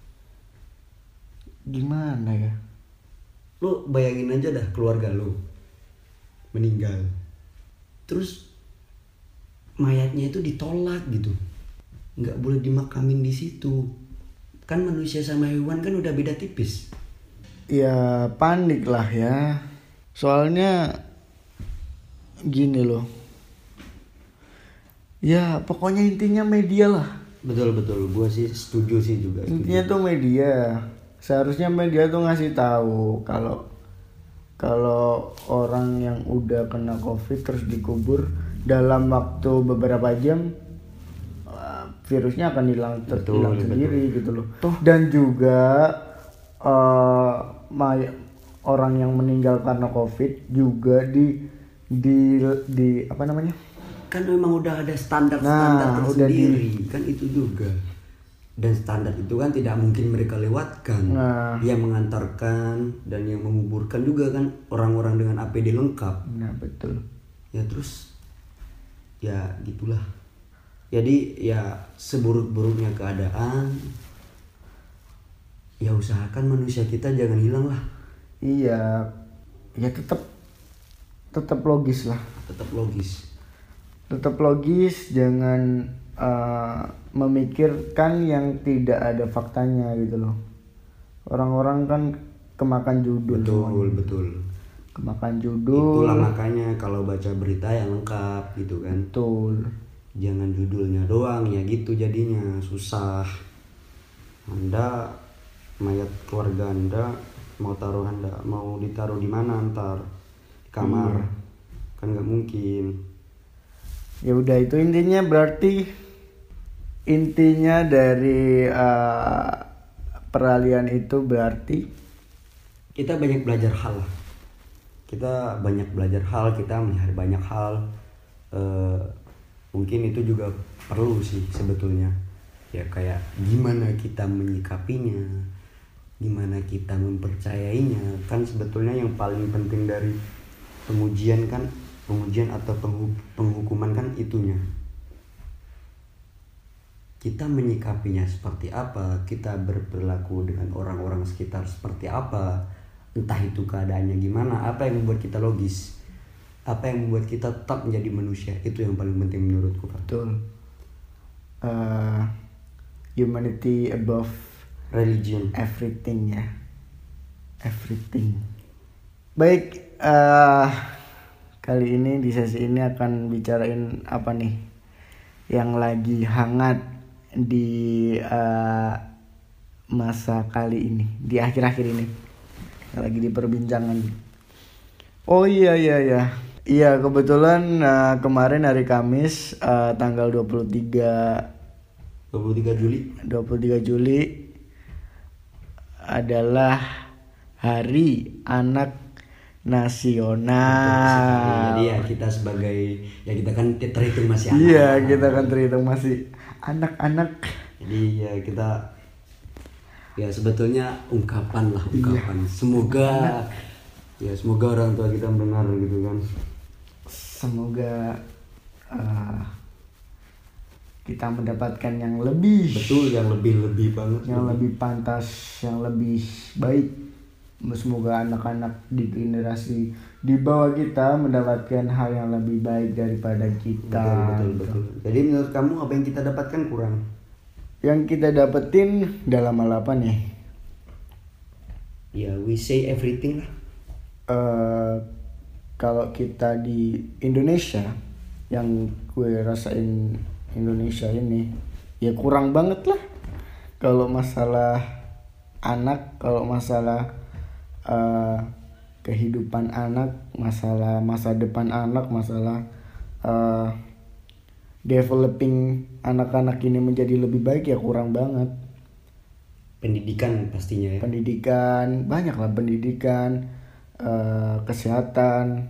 Gimana ya? Lo bayangin aja dah keluarga lo meninggal, terus mayatnya itu ditolak gitu, nggak boleh dimakamin di situ. Kan manusia sama hewan kan udah beda tipis. Ya panik lah ya. Soalnya gini loh. Ya pokoknya intinya media lah. Betul, gue sih setuju sih juga. Intinya tuh media. Seharusnya media tuh ngasih tahu kalau orang yang udah kena COVID terus dikubur dalam waktu beberapa jam virusnya akan hilang sendiri gitu loh. Dan juga orang yang meninggal karena COVID juga di apa namanya? Kan memang udah ada standar tersendiri, kan itu juga. Dan standar itu kan tidak mungkin mereka lewatkan. Yang mengantarkan dan yang menguburkan juga kan orang-orang dengan APD lengkap. Nah, betul. Ya terus ya gitulah. Jadi ya seburuk-buruknya keadaan, ya usahakan manusia kita jangan hilang lah. Iya. Ya tetap logis lah. Tetap logis, jangan memikirkan yang tidak ada faktanya gitu loh. Orang-orang kan kemakan judul. Betul. Kemakan judul. Itulah makanya kalau baca berita yang lengkap gitu kan. Betul. Jangan judulnya doang ya gitu, jadinya susah. Anda mayat keluarga Anda mau ditaruh di mana ntar? Di kamar. Kan nggak mungkin. Ya udah, itu intinya dari peralihan itu berarti kita banyak belajar hal. Kita melihat banyak hal. Mungkin itu juga perlu sih sebetulnya. Ya kayak gimana kita menyikapinya, gimana kita mempercayainya. Kan sebetulnya yang paling penting dari pengujian atau penghukuman kan itunya. Kita menyikapinya seperti apa, kita berperilaku dengan orang-orang sekitar seperti apa, entah itu keadaannya gimana, apa yang membuat kita logis, apa yang membuat kita tetap menjadi manusia, itu yang paling penting menurutku, Pak. Betul. Humanity above religion. Everything ya. Everything. Baik, kali ini di sesi ini akan bicarain apa nih yang lagi hangat di masa kali ini, di akhir-akhir ini yang lagi diperbincangan. Oh iya, kebetulan kemarin hari Kamis tanggal 23 Juli adalah Hari Anak Nasional. Jadi ya kita kita kan terhitung masih anak. Iya, kita kan terhitung masih anak-anak. Jadi ya kita ya sebetulnya ungkapan. Iya. Semoga orang tua kita mendengar gitu kan. Semoga kita mendapatkan yang lebih. Betul, yang lebih banget. Yang lebih pantas, yang lebih baik. Semoga anak-anak di generasi di bawah kita mendapatkan hal yang lebih baik daripada kita. Betul. Jadi menurut kamu apa yang kita dapatkan kurang? Yang kita dapetin dalam hal apa nih? Ya, we say everything lah. Kalau kita di Indonesia, yang gue rasain Indonesia ini, ya kurang banget lah. Kalau masalah anak, kalau masalah kehidupan anak, masalah masa depan anak, masalah developing anak-anak ini menjadi lebih baik ya kurang banget. Pendidikan pastinya ya. Pendidikan banyak lah, pendidikan, kesehatan,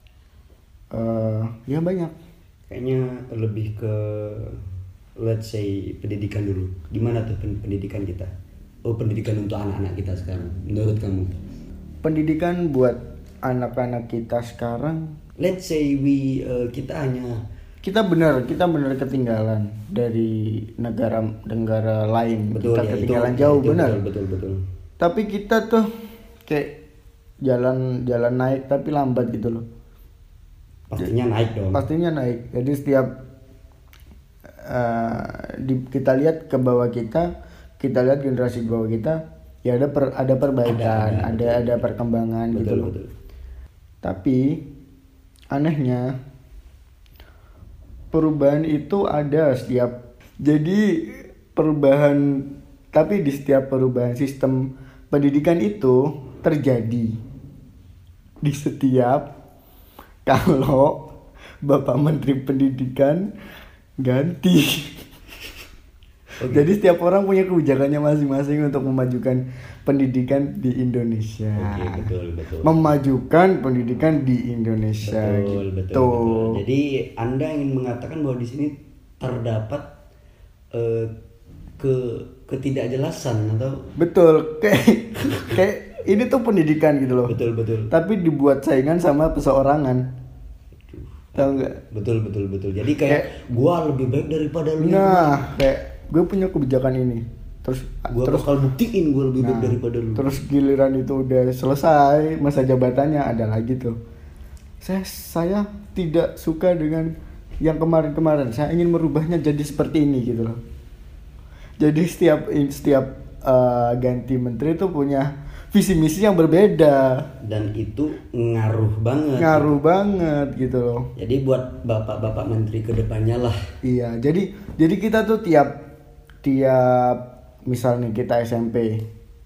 ya banyak. Kayaknya lebih ke let's say pendidikan dulu. Gimana tuh pendidikan kita? Pendidikan untuk anak-anak kita sekarang menurut kamu? Pendidikan buat anak-anak kita sekarang, Let's say kita benar ketinggalan dari negara lain. betul, Kita ya, ketinggalan itu, jauh, itu benar. betul. Tapi kita tuh kayak jalan naik tapi lambat gitu loh. Pastinya naik dong. Pastinya naik. Jadi setiap kita lihat ke bawah kita lihat generasi di bawah kita, ya ada perbaikan, ada perkembangan Betul, gitu loh. betul. Tapi anehnya perubahan itu ada tapi di setiap perubahan sistem pendidikan itu terjadi di setiap kalau Bapak Menteri Pendidikan ganti. Okay. Jadi setiap orang punya kebijakannya masing-masing untuk memajukan pendidikan di Indonesia. Oke, betul. Memajukan pendidikan di Indonesia. Betul. Jadi Anda ingin mengatakan bahwa di sini terdapat ketidakjelasan atau betul, kayak ini tuh pendidikan gitu loh. Betul. Tapi dibuat saingan sama peseorangan. Tahu nggak? Betul. Jadi kayak gua lebih baik daripada lu. Nah, kayak gue punya kebijakan ini. Terus bakal buktiin gue lebih baik daripada lu. Terus giliran itu udah selesai masa jabatannya, ada lagi tuh. Saya tidak suka dengan yang kemarin-kemarin. Saya ingin merubahnya jadi seperti ini gitu loh. Jadi setiap ganti menteri itu punya visi misi yang berbeda, dan itu ngaruh banget gitu loh. Jadi buat bapak-bapak menteri kedepannya lah. Iya, jadi kita tuh tiap misalnya kita SMP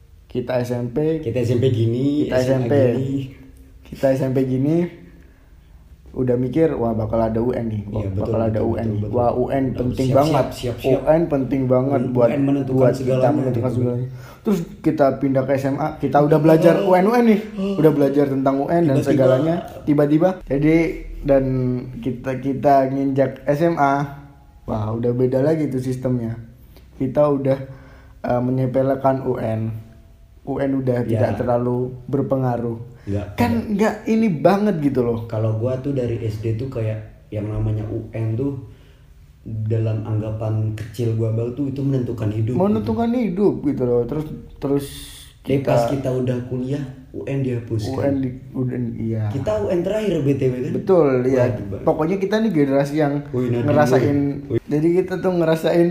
gini udah mikir wah bakal ada UN nih, wah UN penting banget, UN penting banget buat kita menentukan segalanya. Terus kita pindah ke SMA, kita udah belajar UN nih, udah belajar tentang UN dan segalanya. Tiba-tiba jadi dan kita nginjak SMA, wah udah beda lagi tuh sistemnya. Kita udah menyepelekan UN udah tidak terlalu berpengaruh. Nggak ini banget gitu loh. Kalau gua tuh dari SD tuh kayak yang namanya UN tuh dalam anggapan kecil gua tuh itu menentukan hidup gitu loh. Terus pas kita udah kuliah UN dihapuskan. Iya. Kita UN terakhir BTW kan? Betul, iya. Pokoknya kita nih generasi yang ngerasain. Jadi kita tuh ngerasain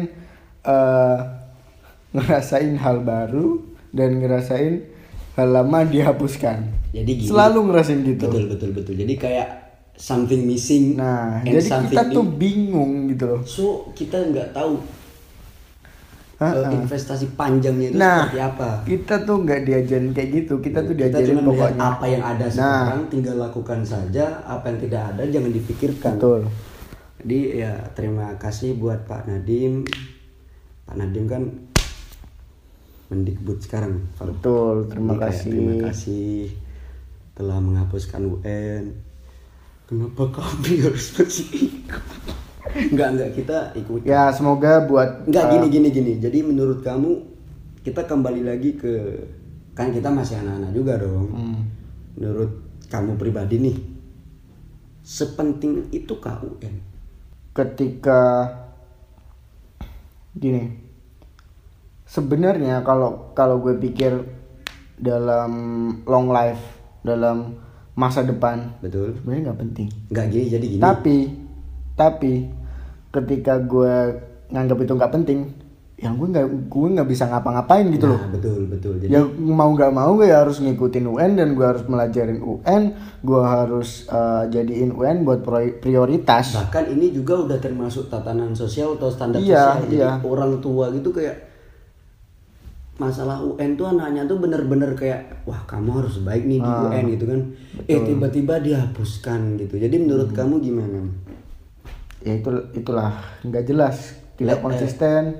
hal baru dan ngerasain hal lama dihapuskan. Jadi gini, selalu ngerasain gitu. Betul. Jadi kayak something missing. Nah, jadi kita tuh bingung gitu loh. So kita nggak tahu investasi panjangnya itu seperti apa. Kita tuh nggak diajarin kayak gitu. Kita tuh diajarin pokoknya apa yang ada sekarang tinggal lakukan saja. Apa yang tidak ada jangan dipikirkan. Betul. Jadi ya terima kasih buat Pak Nadiem. Pak Nadiem kan Mendikbud sekarang. Betul, terima kasih telah menghapuskan UN. Kenapa kami harus masih ikut? Enggak kita ikut. Ya semoga buat gini. Jadi menurut kamu kita kembali lagi ke, kan kita masih anak-anak juga dong. Menurut kamu pribadi nih, sepenting itu kah UN? Ketika gini, sebenarnya kalau gue pikir dalam long life, dalam masa depan, betul, sebenarnya nggak penting. Nggak gini, jadi gini. Tapi ketika gue nganggap itu nggak penting, ya gue nggak bisa ngapa-ngapain gitu loh. Betul. Jadi ya mau nggak mau gue harus ngikutin UN dan gue harus melajarin UN, gue harus jadiin UN buat prioritas. Bahkan ini juga udah termasuk tatanan sosial atau standar sosial. Jadi orang tua gitu kayak masalah UN tuh anaknya tuh bener-bener kayak wah kamu harus baik nih di UN gitu kan. Tiba-tiba dihapuskan gitu. Jadi menurut kamu gimana? Ya itulah nggak jelas, tidak konsisten.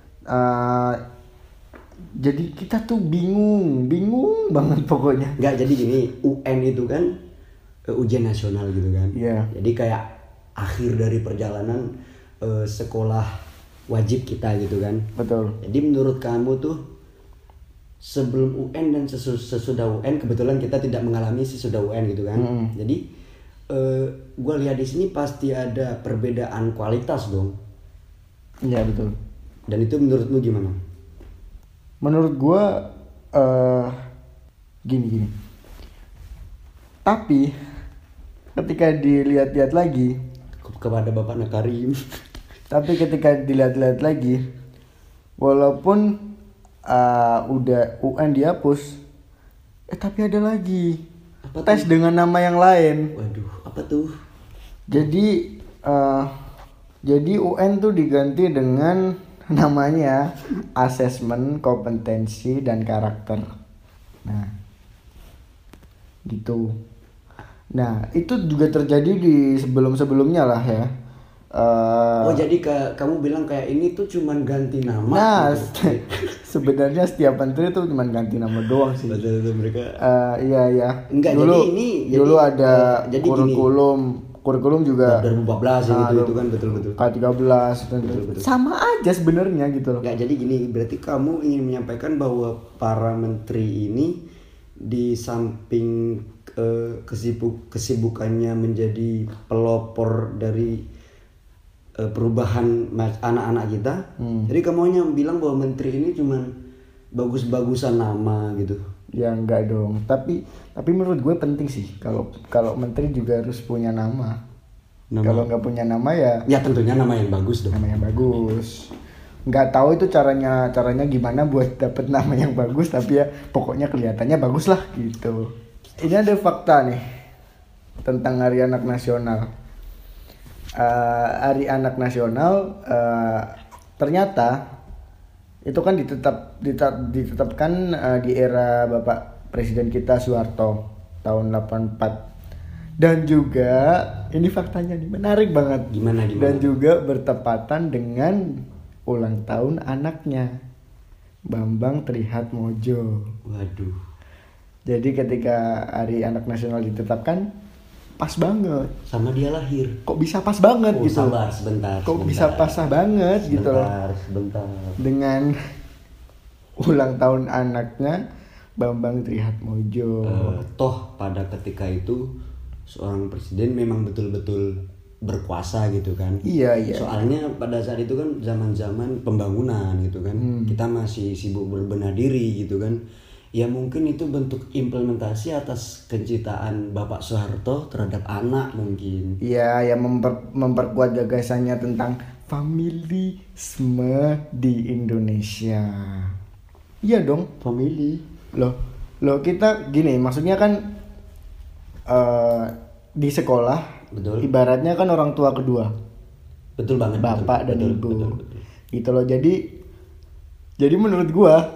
Jadi kita tuh bingung banget pokoknya. Nggak, jadi gini, UN itu kan ujian nasional gitu kan. Iya. Jadi kayak akhir dari perjalanan sekolah wajib kita gitu kan. Betul. Jadi menurut kamu tuh sebelum UN dan sesudah UN, kebetulan kita tidak mengalami sesudah UN gitu kan. Jadi gue lihat di sini pasti ada perbedaan kualitas dong. Iya betul. Dan itu menurutmu gimana? Menurut gue gini. Tapi ketika dilihat-lihat lagi Kepada Bapak Nakarim. Tapi ketika dilihat-lihat lagi, walaupun udah UN dihapus, tapi ada lagi Apa tes tuh? dengan nama yang lain. Waduh, apa tuh? Jadi UN tuh diganti dengan namanya asesmen kompetensi dan karakter. Nah, gitu. Nah, itu juga terjadi di sebelum-sebelumnya lah ya. Jadi kamu bilang kayak ini tuh cuman ganti nama. Nah, gitu. sebenarnya setiap menteri tuh cuma ganti nama doang sih. Betul mereka. Iya. Enggak, dulu, jadi dulu ada jadi kurikulum juga 2014 itu kan betul. K13 Betul. sama aja sebenarnya gitu loh. Enggak, jadi gini, berarti kamu ingin menyampaikan bahwa para menteri ini di samping kesibukannya menjadi pelopor dari perubahan anak-anak kita. Jadi kamu hanya bilang bahwa menteri ini cuman bagus-bagusan nama gitu. Ya enggak dong. Tapi menurut gue penting sih kalau menteri juga harus punya nama. Kalau nggak punya nama ya tentunya nama yang bagus dong. Nama yang bagus. Nggak tahu itu caranya gimana buat dapet nama yang bagus, tapi ya pokoknya kelihatannya bagus lah gitu. Ini ada fakta nih tentang Hari Anak Nasional. Hari Anak Nasional ternyata itu kan ditetapkan di era Bapak Presiden kita Soeharto tahun 84. Dan juga ini faktanya nih menarik banget. Gimana? Dan juga bertepatan dengan ulang tahun anaknya, Bambang Trihatmojo. Waduh. Jadi ketika Hari Anak Nasional ditetapkan, pas banget. Sama dia lahir. Kok bisa pas banget gitu? Sabar sebentar. Kok bisa pas banget gitu loh? Sebentar. Dengan ulang tahun anaknya Bambang Trihatmojo. Toh pada ketika itu seorang presiden memang betul-betul berkuasa gitu kan. Iya. Soalnya pada saat itu kan zaman-zaman pembangunan gitu kan. Kita masih sibuk berbenah diri gitu kan. Ya mungkin itu bentuk implementasi atas kecintaan Bapak Soeharto terhadap anak mungkin. Iya, yang memperkuat gagasannya tentang familisme di Indonesia. Iya dong, Family. Loh kita gini, maksudnya kan di sekolah, Betul. ibaratnya kan orang tua kedua, Betul banget. bapak dan betul, ibu. betul. Gitu loh. Jadi menurut gua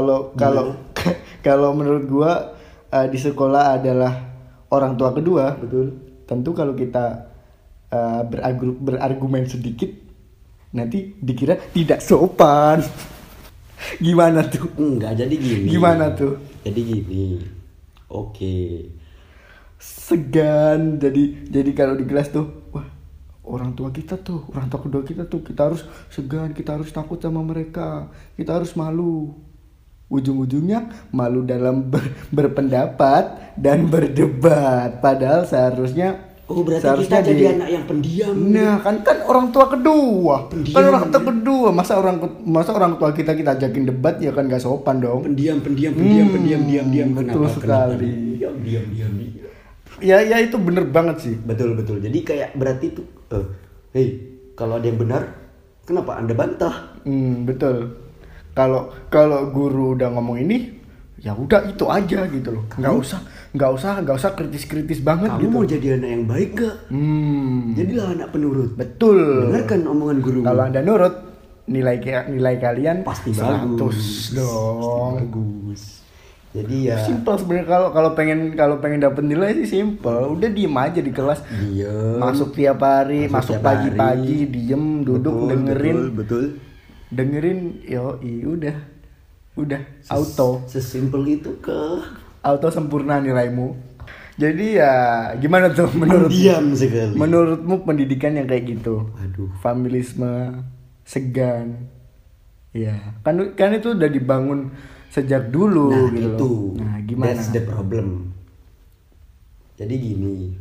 kalau menurut gua di sekolah adalah orang tua kedua. Betul. Tentu kalau kita berargumen sedikit nanti dikira tidak sopan. Gimana tuh? Enggak, jadi gini. Gimana tuh? Jadi gini. Oke. Segan. Jadi kalau di kelas tuh, wah, orang tua kedua kita tuh kita harus segan, kita harus takut sama mereka, kita harus malu. Ujung-ujungnya malu dalam berpendapat dan berdebat. Padahal seharusnya berarti kita jadi anak yang pendiam. Nah, kan orang tua kedua. Pendiam, kan orang tua kedua. Masa orang tua kita ajakin debat ya kan gak sopan dong. Pendiam. Betul sekali. Diam. Ya itu bener banget sih. Betul. Jadi kayak berarti tuh, kalau ada yang benar, kenapa Anda bantah? Betul. Kalau guru udah ngomong ini, ya udah itu aja gitu loh. Nggak usah kritis banget. Kamu gitu. mau jadi anak yang baik gak? Jadilah anak penurut. Betul. Dengarkan omongan guru. Kalau Anda nurut, nilai kalian pasti 100 bagus dong. Pasti bagus. Jadi ya Simple sebenarnya, kalau pengen dapat nilai sih simple. Udah diem aja di kelas. diem, Masuk tiap hari, masuk tiap hari. pagi-pagi, diem, duduk, dengerin. betul. Dengerin, udah auto Sesimpel itu sempurna nilaimu. Jadi ya gimana tuh diam sekali. menurutmu pendidikan yang kayak gitu? Aduh. Familisme, segan. Ya, kan itu udah dibangun sejak dulu Nah gitu itu, loh. Nah, gimana? that's the problem. Jadi gini,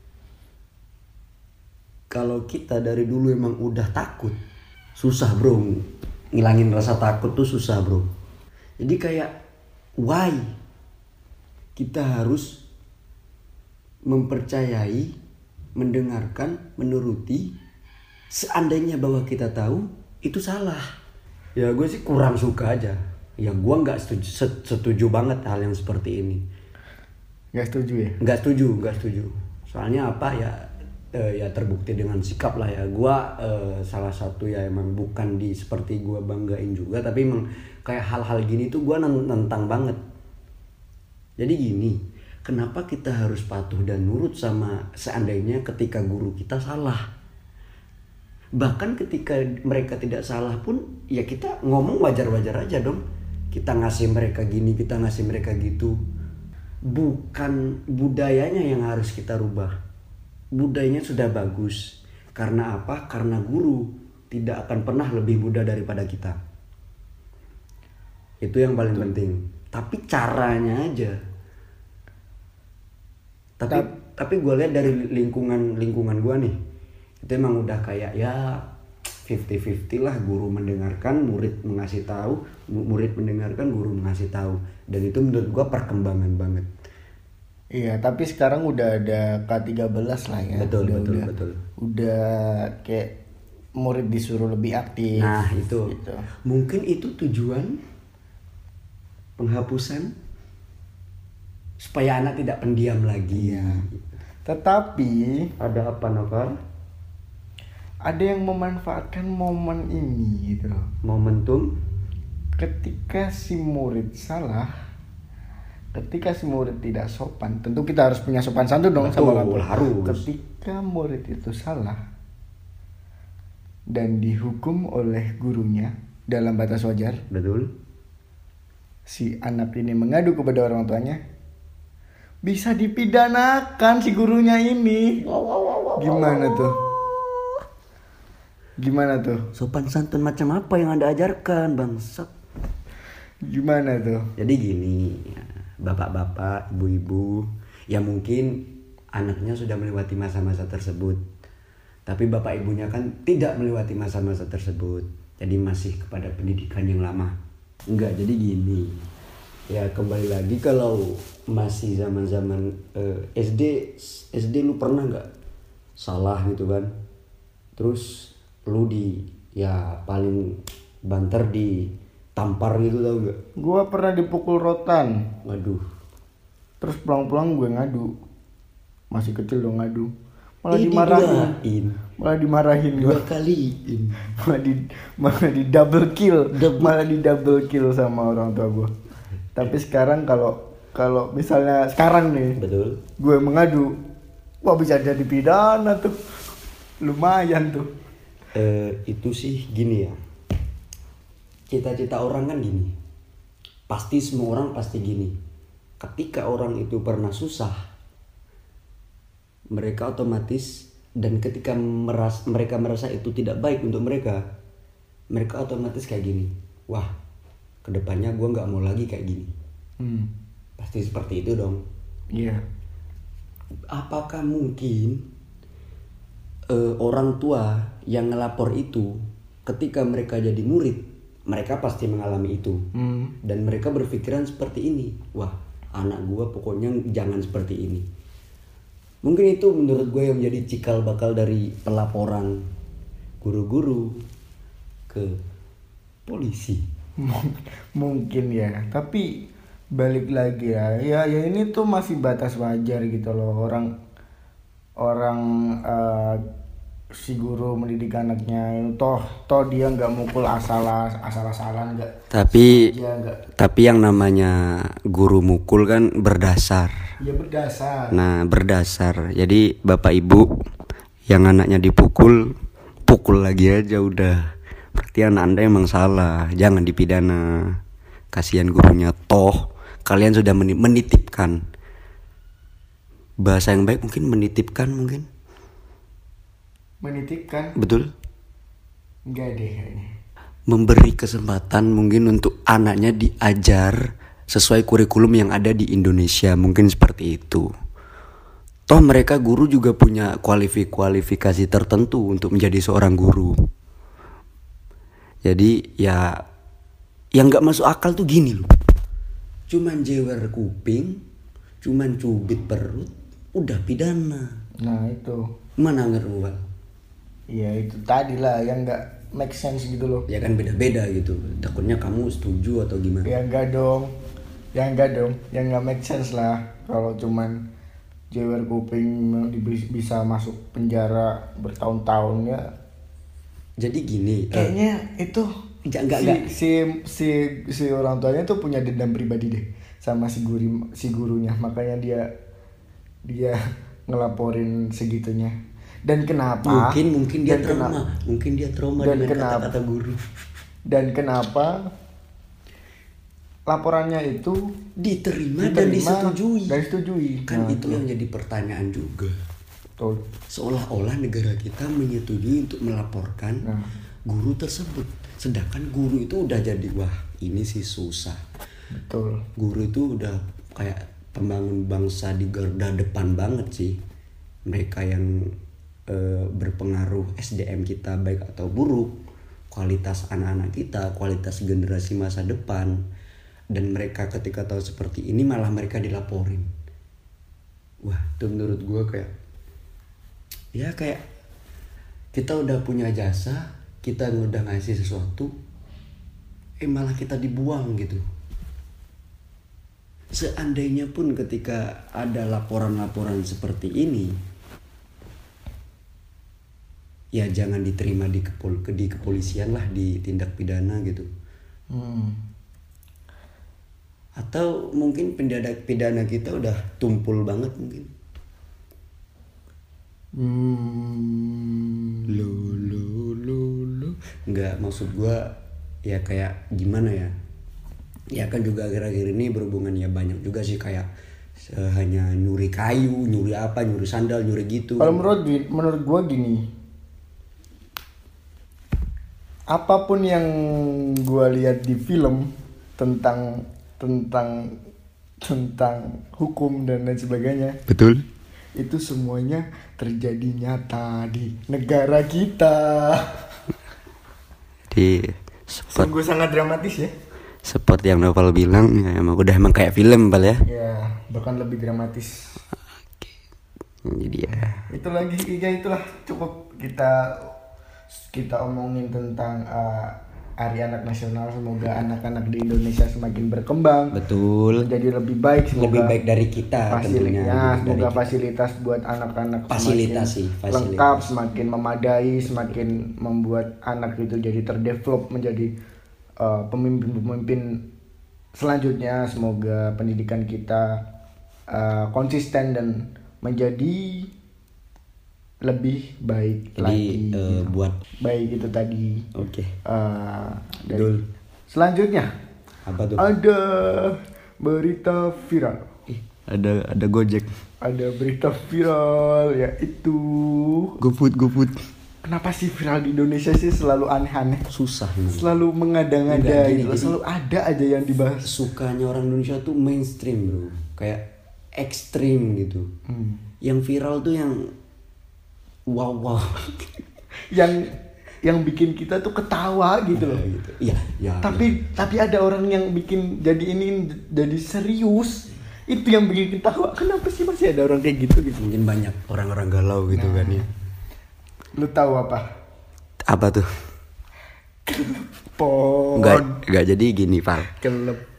kalau kita dari dulu emang udah takut, susah bro, ngilangin rasa takut tuh susah bro. Jadi kayak why kita harus mempercayai, mendengarkan, menuruti, seandainya bahwa kita tahu itu salah. Ya gue sih kurang suka aja. Ya gue nggak setuju banget hal yang seperti ini. Nggak setuju ya? Nggak setuju. Soalnya apa ya? Ya terbukti dengan sikap lah ya. Gue salah satu ya emang bukan seperti gue banggain juga, tapi emang kayak hal-hal gini tuh gue nentang banget. Jadi gini, kenapa kita harus patuh dan nurut sama seandainya ketika guru kita salah? Bahkan ketika mereka tidak salah pun ya kita ngomong wajar-wajar aja dong. Kita ngasih mereka gini, kita ngasih mereka gitu. Bukan budayanya yang harus kita rubah. Budayanya sudah bagus. Karena apa? Karena guru tidak akan pernah lebih muda daripada kita. Itu yang paling penting. Tapi caranya aja. Tapi gue lihat dari lingkungan gue nih, itu emang udah kayak ya 50-50 lah, guru mendengarkan, murid mengasih tahu, murid mendengarkan, guru mengasih tahu. Dan itu menurut gua perkembangan banget. Iya, tapi sekarang udah ada K13 lah ya. Betul. Udah kayak murid disuruh lebih aktif. Nah, itu. Gitu. Mungkin itu tujuan penghapusan supaya anak tidak pendiam lagi. Iya. Tetapi Ada apa, Nokar? ada yang memanfaatkan momen ini gitu. Momentum Ketika si murid salah, ketika si murid tidak sopan, tentu kita harus punya sopan santun dong sama orang tua. Harus. Ketika murid itu salah dan dihukum oleh gurunya dalam batas wajar, Betul. si anak ini mengadu kepada orang tuanya, bisa dipidanakan si gurunya ini. Gimana tuh? Sopan santun macam apa yang Anda ajarkan, bangsat? Gimana tuh? Jadi gini, ya, bapak-bapak, ibu-ibu, ya mungkin anaknya sudah melewati masa-masa tersebut. Tapi bapak ibunya kan tidak melewati masa-masa tersebut. Jadi masih kepada pendidikan yang lama. Enggak, jadi gini. Ya kembali lagi kalau masih zaman-zaman SD lu pernah nggak salah gitu kan? Terus lu paling banter ditampar gitu, tau gak? Gua pernah dipukul rotan. Waduh. Terus pulang-pulang gue ngadu. Masih kecil dong ngadu. Malah dimarahin. Dua kaliin. Malah di double kill sama orang tua gue. Tapi sekarang kalau misalnya sekarang nih, Betul. gue mengadu, wah bisa jadi pidana tuh. Lumayan tuh. Itu sih gini ya. Cita-cita orang kan gini. Pasti semua orang pasti gini. Ketika orang itu pernah susah, mereka otomatis, dan ketika mereka merasa itu tidak baik untuk mereka otomatis kayak gini. Wah, kedepannya gue nggak mau lagi kayak gini. Pasti seperti itu dong. Iya. Apakah mungkin orang tua yang ngelapor itu ketika mereka jadi murid, mereka pasti mengalami itu. Dan mereka berpikiran seperti ini. Wah, anak gue pokoknya jangan seperti ini. Mungkin itu menurut gue yang jadi cikal bakal dari pelaporan guru-guru ke polisi. Mungkin ya, tapi balik lagi ya ini tuh masih batas wajar gitu loh. Orang si guru mendidik anaknya, toh dia nggak mukul asal-asalan, nggak. Tapi yang namanya guru mukul kan berdasar. Ya berdasar. Nah, berdasar. Jadi bapak ibu yang anaknya dipukul, pukul lagi aja udah. Berarti anak Anda emang salah, jangan dipidana. Kasihan gurunya, toh kalian sudah menitipkan. Bahasa yang baik mungkin menitipkan mungkin. Menitipkan? Betul? Enggak deh kayaknya. Memberi kesempatan mungkin untuk anaknya diajar sesuai kurikulum yang ada di Indonesia, mungkin seperti itu. Toh mereka guru juga punya kualifikasi tertentu untuk menjadi seorang guru. Jadi ya yang gak masuk akal tuh gini loh. Cuman jewer kuping, cuman cubit perut, udah pidana. Nah itu. Mana ngeruang? Ya itu tadi lah yang nggak make sense gitu loh. Ya kan beda-beda gitu. Takutnya kamu setuju atau gimana? Ya enggak dong. Yang nggak make sense lah. Kalau cuman jewer kuping bisa masuk penjara bertahun-tahun ya. Jadi gini. Kayaknya itu enggak. Si orang tuanya tuh punya dendam pribadi deh sama si gurunya. Makanya dia ngelaporin segitunya. Dan kenapa? Mungkin dia trauma. Mungkin dia trauma dengan kata-kata guru. Dan kenapa laporannya itu diterima dan disetujui. Kan nah, itu yang jadi pertanyaan juga. Betul. Seolah-olah negara kita menyetujui untuk melaporkan guru tersebut. Sedangkan guru itu udah jadi wah ini sih susah. Betul. Guru itu udah kayak pembangun bangsa di garda depan banget sih. Mereka yang berpengaruh SDM kita baik atau buruk, kualitas anak-anak kita, kualitas generasi masa depan. Dan mereka ketika tahu seperti ini malah mereka dilaporin. Wah itu menurut gue kayak kita udah punya jasa, kita udah ngasih sesuatu, malah kita dibuang gitu. Seandainya pun ketika ada laporan-laporan seperti ini, ya jangan diterima di kepolisian lah, di tindak pidana gitu. Atau mungkin pidana kita udah tumpul banget mungkin. Lo. Enggak, maksud gua ya kayak gimana ya? Ya kan juga akhir-akhir ini berhubungan ya banyak juga sih kayak hanya nyuri kayu, nyuri apa, nyuri sandal, nyuri gitu. Kalau menurut gua gini. Apapun yang gua lihat di film tentang hukum dan lain sebagainya. Betul. Itu semuanya terjadi nyata di negara kita. Sungguh sangat dramatis ya. Seperti yang Novel bilang, ya, emang kayak film Bal ya. Ya, bahkan lebih dramatis. Oke. Jadi ya. Itulah cukup kita omongin tentang Hari Anak Nasional. Semoga anak-anak di Indonesia semakin berkembang. Betul. Menjadi lebih baik. Lebih baik dari kita tentunya. Semoga fasilitas buat anak-anak fasilitas lengkap, semakin memadai, semakin membuat anak itu jadi terdevelop menjadi pemimpin selanjutnya. Semoga pendidikan kita konsisten dan menjadi lebih baik lagi. Buat baik itu tadi. Oke. Dan selanjutnya apa tuh? Ada berita viral. Ada Gojek. Ada berita viral yaitu GoFood. Kenapa sih viral di Indonesia sih selalu aneh-aneh? Susah nih. Selalu mengada-ngada gitu. Selalu ada aja yang dibahas. Sukanya orang Indonesia tuh mainstream bro. Kayak ekstrim gitu. Yang viral tuh yang wow. yang bikin kita tuh ketawa gitu loh. Gitu. Iya. Tapi ada orang yang bikin jadi serius. Itu yang bikin ketawa. Kenapa sih masih ada orang kayak gitu? Mungkin banyak orang-orang galau gitu kan ya. Lu tahu apa? Apa tuh? Kelepon. Enggak jadi gini, Pak.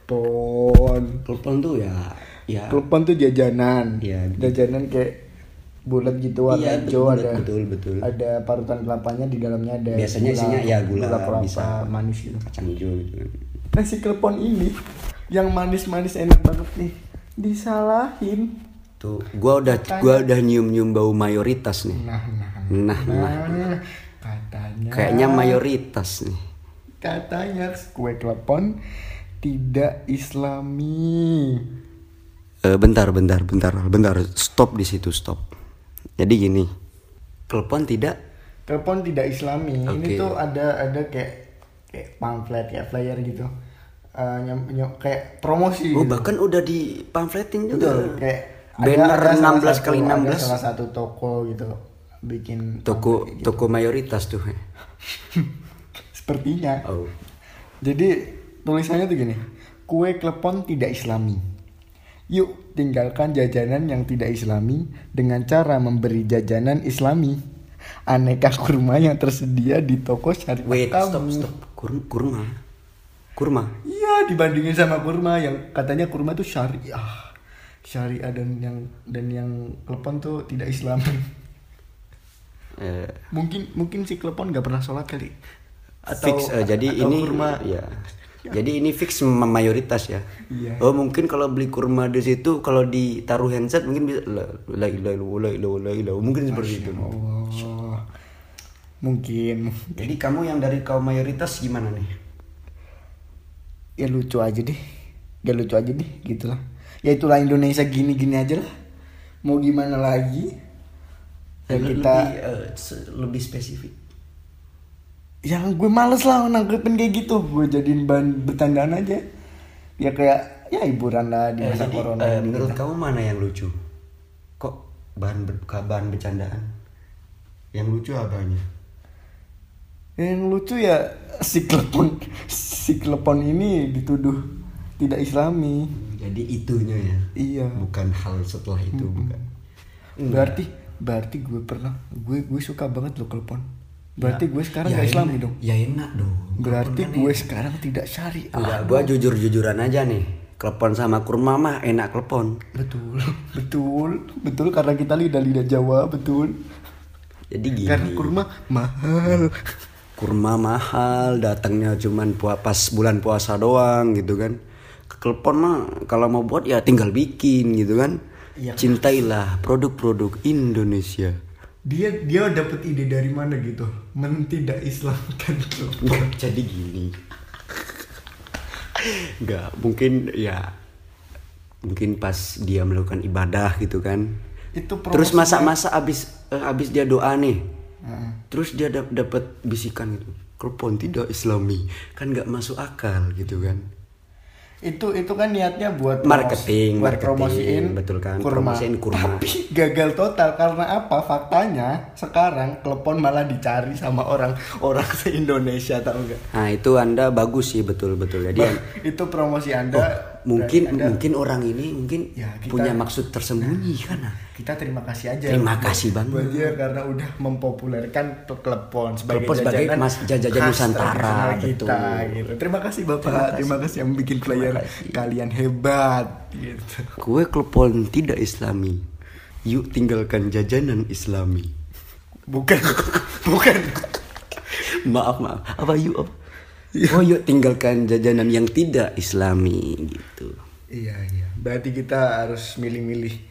Kelepon Telepon tuh ya telepon tuh jajanan. Iya. Jajanan kayak bulat gitu warna Iya, hijau, bulat, ada betul. ada parutan kelapanya, di dalamnya ada Biasanya isinya ya gula, kelapa bisa manis gitu. kacang hijau gitu. Nasi klepon ini yang manis-manis enak banget nih disalahin. Tuh, gua udah nyium bau mayoritas nih. Nah. Katanya Kayaknya mayoritas nih. katanya kue klepon tidak islami. Bentar. Stop di situ, stop. Jadi gini. Klepon tidak islami. Ini Oke. tuh ada kayak pamflet, kayak flyer gitu. Kayak promosi Oh, gitu. bahkan udah di pamfletin juga. Betul, kayak Banner ada 16 kali 16. ada salah satu toko gitu bikin Toko pamflet gitu. toko mayoritas tuh. Sepertinya. Oh. Jadi tulisannya tuh gini, kue klepon tidak islami. Yuk tinggalkan jajanan yang tidak islami dengan cara memberi jajanan islami. Aneka kurma yang tersedia di toko syariah Wait, kamu. stop. Kurma. Iya, dibandingin sama kurma yang katanya kurma tuh syariah. Syariah dan yang klepon tuh tidak islami. Mungkin si klepon nggak pernah sholat kali. Fix, jadi atau ini kurma. ya. Jadi ini fix mayoritas ya. Iya. Oh, mungkin kalau beli kurma di situ kalau ditaruh handset mungkin bisa la ilaha mungkin seperti itu. Oh, mungkin. Jadi kamu yang dari kaum mayoritas gimana nih? Ya lucu aja deh, gak lucu aja deh, gitulah. Ya itulah Indonesia, gini-gini aja lah. Mau gimana lagi? Ya kita, lebih spesifik. yang gue males lah nanggepin kayak gitu. Gue jadiin bahan bercandaan aja. Ya kayak ya hiburan lah di masa Jadi, corona ini. menurut kamu mana yang lucu? Kok bahan bercandaan? Yang lucu apanya? Yang lucu ya si klepon ini dituduh tidak islami. Jadi itunya ya. Iya. Bukan hal setelah itu, bukan. Berarti gue suka banget lo klepon. Berarti gue sekarang Ya gak islami enak. dong. Ya enak dong. Berarti Klepon gue enak. sekarang tidak syariah. Enggak, gue jujur-jujuran aja nih. Klepon sama kurma mah enak klepon. Betul karena kita lidah Jawa, betul. Jadi gini. Karena kurma mahal. Kurma mahal, datangnya cuman pas bulan puasa doang gitu kan. Klepon mah kalau mau buat ya tinggal bikin gitu kan. Iya. Cintailah produk-produk Indonesia. Dia dapat ide dari mana gitu? Tidak Islamkan klepon. Nggak, jadi gini. Enggak, mungkin pas dia melakukan ibadah gitu kan. Itu Terus promosinya. masa abis dia doa nih. Terus dia dapat bisikan gitu. Klepon tidak islami. Kan nggak masuk akal gitu kan. Itu kan niatnya buat Marketing, promosiin betul kan? kurma. Promosiin kurma. Tapi gagal total karena apa? Faktanya sekarang klepon malah dicari sama orang se-Indonesia, tahu enggak? Nah, itu Anda bagus sih, betul. Jadi Itu promosi Anda. mungkin orang ini Ya, kita- punya maksud tersembunyi kan. Kita terima kasih aja. Terima kasih banget. buat dia karena udah mempopulerkan klepon sebagai Klepon sebagai jajanan jajanan khas Nusantara, tradisional kita betul. gitu. Terima kasih Bapak, terima kasih yang bikin flyer, kalian hebat gitu. Kue klepon tidak islami. Yuk tinggalkan jajanan islami. Bukan. Maaf. Apa yuk? Apa? Oh, yuk tinggalkan jajanan yang tidak islami gitu. Iya. Berarti kita harus milih-milih.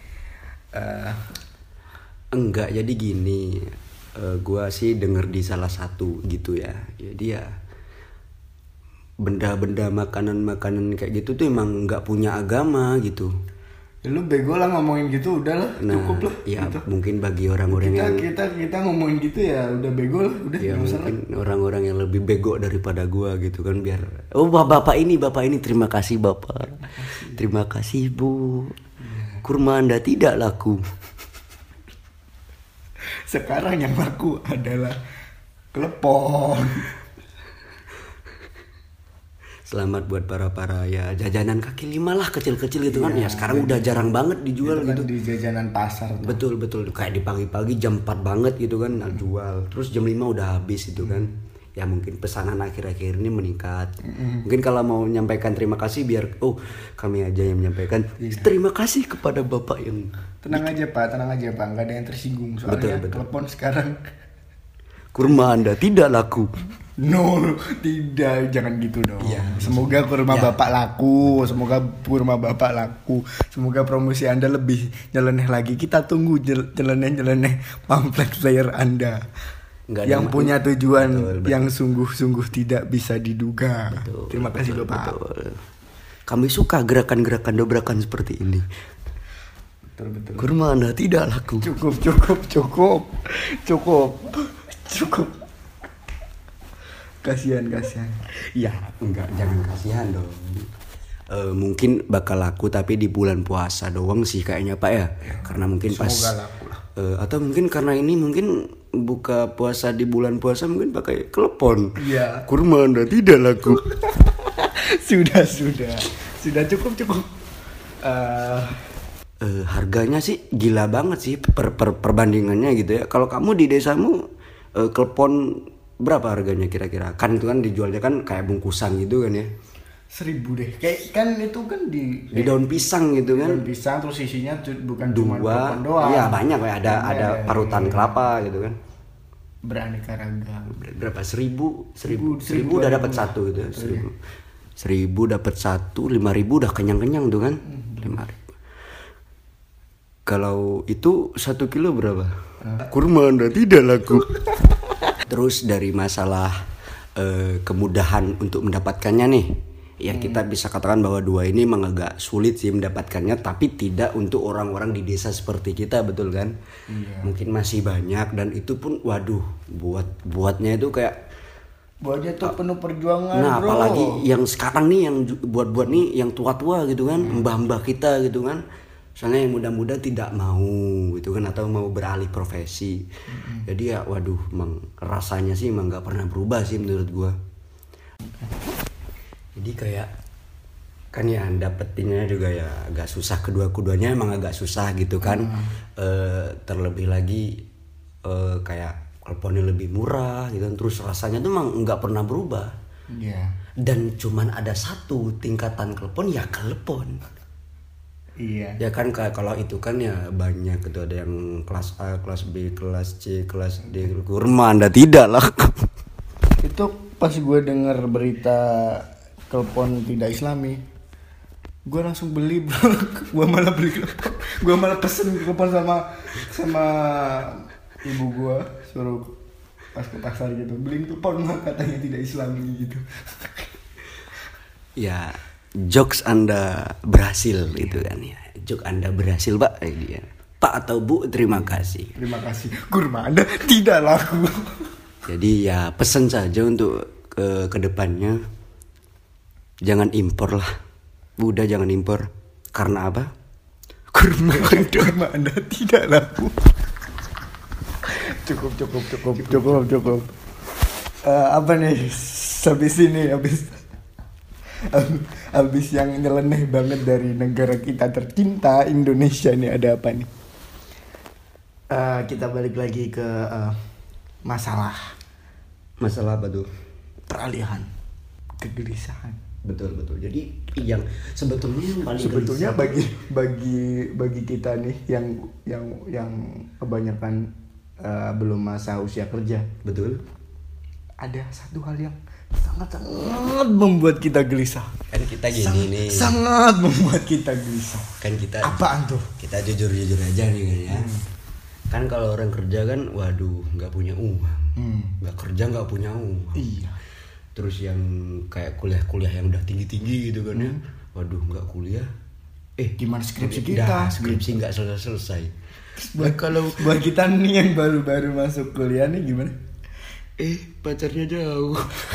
Enggak, jadi gini. Gua sih denger di salah satu gitu ya. Jadi ya benda-benda makanan kayak gitu tuh emang nggak punya agama gitu. Ya, lu bego lah ngomongin gitu, udahlah, Nah, cukup lah. ya gitu. mungkin bagi orang-orang yang Kita ngomongin gitu ya udah bego lah, udah ya nggak usah lah. mungkin orang-orang yang lebih bego daripada gua gitu kan, biar bapak ini terima kasih bapak, terima kasih bu, kurma Anda tidak laku. Sekarang yang laku adalah klepon. Selamat buat para ya jajanan kaki lima lah, kecil-kecil gitu kan. Iya, Ya sekarang udah jarang banget dijual Itu kan gitu. di jajanan pasar tuh. Betul kayak di pagi-pagi jam 4 banget gitu kan jual. Terus jam 5 udah habis gitu kan. ya mungkin pesanan akhir-akhir ini meningkat. Mungkin kalau mau menyampaikan terima kasih biar kami aja yang menyampaikan terima kasih kepada Bapak yang Tenang aja Pak, nggak ada yang tersinggung soalnya Betul. telepon sekarang. kurma Anda tidak laku. No, tidak, jangan gitu dong. Iya. Semoga kurma Bapak laku, semoga promosi Anda lebih nyeleneh lagi. Kita tunggu nyeleneh pamflet flyer Anda. Nggak ada Yang punya tujuan betul. yang sungguh-sungguh tidak bisa diduga. Terima kasih Bapak. Betul. Kami suka gerakan-gerakan dobrakan seperti ini. Betul. Kurma Anda tidak laku. Cukup. Kasihan. Ya, enggak, jangan kasihan dong. Mungkin bakal laku tapi di bulan puasa doang sih kayaknya Pak ya. Karena mungkin pas laku lah. atau mungkin karena ini mungkin buka puasa di bulan puasa mungkin pakai klepon. Iya. Kurma Anda tidak laku. Sudah cukup. Harganya sih gila banget sih perbandingannya gitu ya. Kalau kamu di desamu klepon berapa harganya kira-kira? Kan itu kan dijualnya kan kayak bungkusan gitu kan ya. 1.000 deh. Kayak kan itu kan di Daun pisang gitu kan. daun pisang terus isinya bukan cuma Dua. klepon doang. Iya banyak kayak ada parutan kelapa gitu kan. Beraneka ragam. Berapa? 1.000 1.000 udah dapat satu gitu. 1.000 dapat satu, 5.000 udah kenyang-kenyang tuh kan. 5.000. Kalau itu 1 kilo berapa? Kurma Anda tidak laku. Terus dari masalah kemudahan untuk mendapatkannya nih, ya kita bisa katakan bahwa dua ini memang agak sulit sih mendapatkannya, tapi tidak untuk orang-orang di desa seperti kita, betul kan? Mungkin masih banyak dan itu pun waduh buatnya itu kayak Buatnya tuh penuh perjuangan, nah bro. apalagi yang sekarang nih yang buat nih yang tua-tua gitu kan, mbah-mbah kita gitu kan. Soalnya yang muda-muda tidak mau gitu kan atau mau beralih profesi. Jadi ya waduh emang rasanya sih emang gak pernah berubah sih menurut gua. Jadi kayak kan ya dapetinnya juga ya agak susah, kedua-keduanya emang agak susah gitu kan. Terlebih lagi kayak teleponnya lebih murah gitu kan. Terus rasanya tuh emang nggak pernah berubah. Iya. Dan cuman ada satu tingkatan telepon ya telepon. Iya. Ya kan kalau itu kan ya banyak gitu, ada yang kelas A, kelas B, kelas C, kelas D. Kurma Anda tidak lah. Itu pas gue denger berita telepon tidak islami, gue langsung beli bro. Gue malah beli telepon, gue malah pesen telepon sama ibu gue, suruh pas ke pasar gitu beliin telepon mah katanya tidak islami gitu. Ya jokes Anda berhasil itu kan ya, joke Anda berhasil Pak. Dia Pak atau Bu terima kasih. Terima kasih. Kurma Anda tidak laku. Jadi ya pesan saja untuk ke depannya jangan impor lah. Udah jangan impor. Karena apa? Kurma Anda tidak laku. Cukup. Apa nih? Habis yang nyeleneh banget dari negara kita tercinta Indonesia nih, ada apa nih? Kita balik lagi ke masalah apa tuh? peralihan, kegelisahan. Betul. Jadi yang sebetulnya yang paling Sebetulnya gelisah- bagi kita nih yang kebanyakan belum masa usia kerja, betul. ada satu hal yang sangat membuat kita gelisah. Kan kita gini nih. Sangat membuat kita gelisah. Kan kita Apaan tuh? Kita jujur aja nih kan ya. Kan kalau orang kerja kan waduh nggak punya uang. Nggak kerja nggak punya uang. Iya. Terus yang kayak kuliah yang udah tinggi gitu kan ya. Waduh nggak kuliah. Gimana skripsi Dah, kita? skripsi nggak selesai. Buat kita nih yang baru-baru masuk kuliah nih gimana? Pacarnya jauh.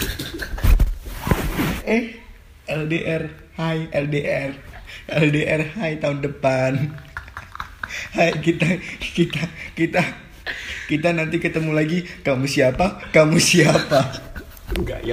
LDR, hai LDR tahun depan. Hai kita nanti ketemu lagi. Kamu siapa? Enggak,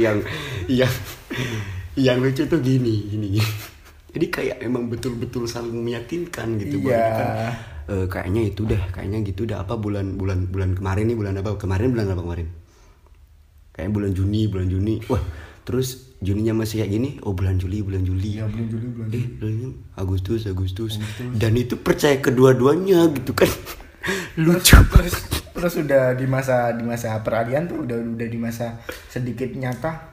yang lucu tuh gini. Jadi kayak emang betul-betul saling meyakinkan gitu. Iya. Kan, kayaknya gitu dah apa bulan kemarin nih bulan apa kemarin? Kayak bulan Juni. Wah, terus Juninya masih kayak gini. Oh, bulan Juli. Ya, bulan Juli. Agustus. Dan itu percaya kedua-duanya gitu kan. Lucu. Terus udah di masa peralihan tuh udah di masa sedikit nyata.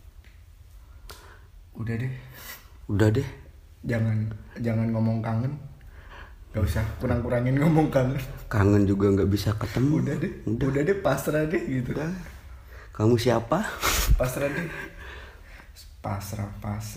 Udah deh. Jangan ngomong kangen. Gak usah kurang-kurangin ngomong kangen. Kangen juga nggak bisa ketemu. Udah deh pasrah deh gitu. Kamu siapa? Pasrah deh. Pasrah.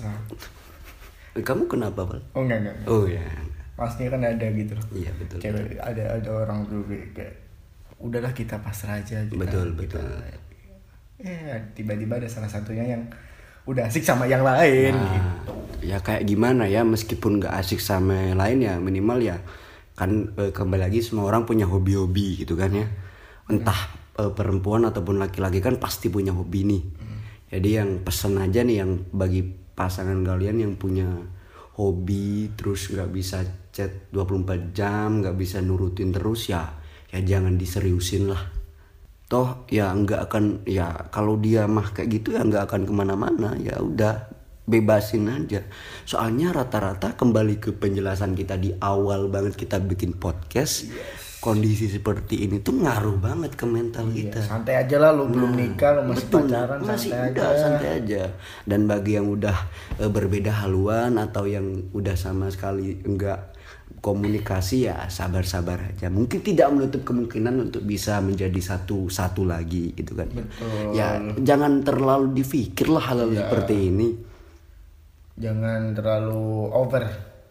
Kamu kenapa, Val? Oh enggak. Oh ya. Pasti kan ada gitu loh. Iya betul. Cewek ada orang tuh kayak udahlah kita pasrah aja gitu. Betul. Tiba-tiba ada salah satunya yang udah asik sama yang lain gitu. Ya kayak gimana ya, meskipun nggak asik sama yang lain ya minimal ya kan kembali lagi semua orang punya hobi-hobi gitu kan ya. Entah perempuan ataupun laki-laki kan pasti punya hobi nih. Jadi yang pesen aja nih yang bagi pasangan kalian yang punya hobi terus nggak bisa chat 24 jam, nggak bisa nurutin terus ya jangan diseriusin lah. Toh ya nggak akan, ya kalau dia mah kayak gitu ya nggak akan kemana-mana, ya udah bebasin aja. Soalnya rata-rata kembali ke penjelasan kita di awal banget kita bikin podcast, kondisi seperti ini tuh ngaruh banget ke mental kita. Santai aja lah, lu belum nikah, lu masih pacaran, santai aja. Dan bagi yang udah berbeda haluan atau yang udah sama sekali enggak komunikasi ya sabar-sabar aja. Mungkin tidak menutup kemungkinan untuk bisa menjadi satu lagi gitu kan. Betul. Ya jangan terlalu difikir lah hal seperti ini. Jangan terlalu over.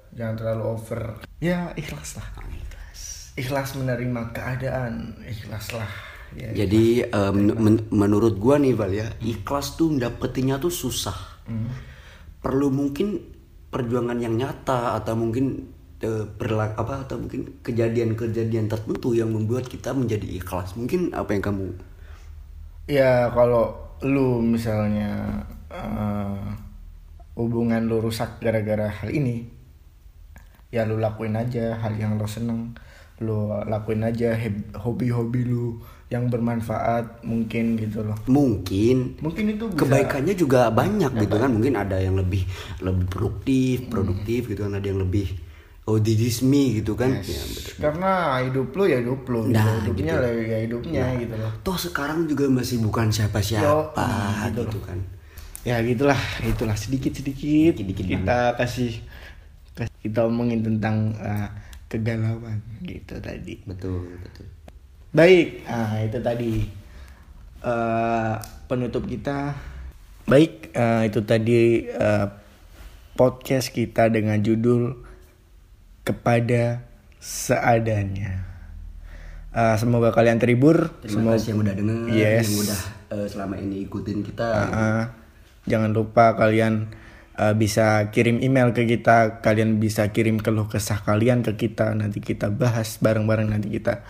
Ya ikhlas lah. Ikhlas menerima keadaan, ikhlas lah. Ya, jadi menurut gua nih Val ya, ikhlas tuh dapetinnya tuh susah. Perlu mungkin perjuangan yang nyata atau mungkin atau mungkin kejadian-kejadian tertentu yang membuat kita menjadi ikhlas. Mungkin apa yang kamu? Ya kalau lu misalnya hubungan lu rusak gara-gara hal ini, ya lu lakuin aja hal yang lo seneng. Lu lakuin aja hobi-hobi lu yang bermanfaat mungkin gitu loh. Mungkin itu bisa, kebaikannya juga banyak gitu kan. Mungkin ada yang lebih produktif gitu kan, ada yang lebih this is me gitu kan. Yes. Ya, betul. Karena hidup lu ya hidup lu, hidupnya gitu. Ya hidupnya gitu loh. Toh sekarang juga masih bukan siapa-siapa gitu kan. Ya itulah sedikit kita kita omongin tentang kegalauan gitu tadi. Betul. Baik, itu tadi penutup kita. Baik, itu tadi podcast kita dengan judul Kepada Seadanya. Semoga kalian terhibur. Terima kasih yang udah denger, yes, yang udah selama ini ikutin kita. Jangan lupa kalian bisa kirim email ke kita. Kalian bisa kirim keluh kesah kalian ke kita. Nanti kita bahas bareng-bareng. Nanti kita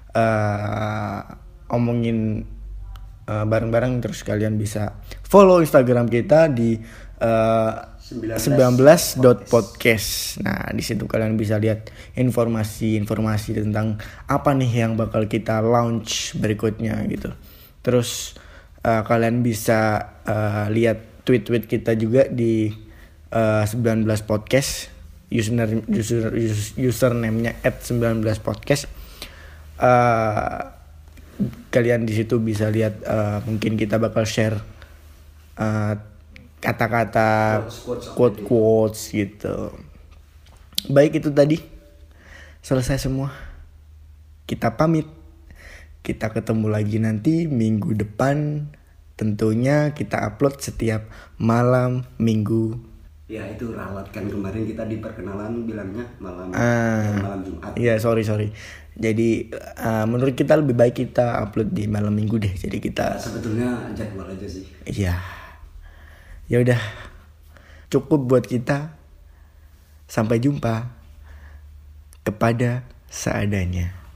omongin bareng-bareng. Terus kalian bisa follow Instagram kita di 19.podcast. Nah, di situ kalian bisa lihat informasi tentang apa nih yang bakal kita launch berikutnya gitu. Terus kalian bisa lihat tweet-tweet kita juga di 19podcast. Username-nya @19podcast. Kalian di situ bisa lihat mungkin kita bakal share kata-kata quotes gitu. Baik, itu tadi selesai semua. Kita pamit. Kita ketemu lagi nanti minggu depan. Tentunya kita upload setiap malam minggu. Ya itu rawat kan, kemarin kita di perkenalan bilangnya malam Jumat. Iya sorry. Jadi menurut kita lebih baik kita upload di malam minggu deh. Jadi kita sebetulnya jadwal aja sih. Iya. Ya udah, cukup buat kita. Sampai jumpa. Kepada Seadanya.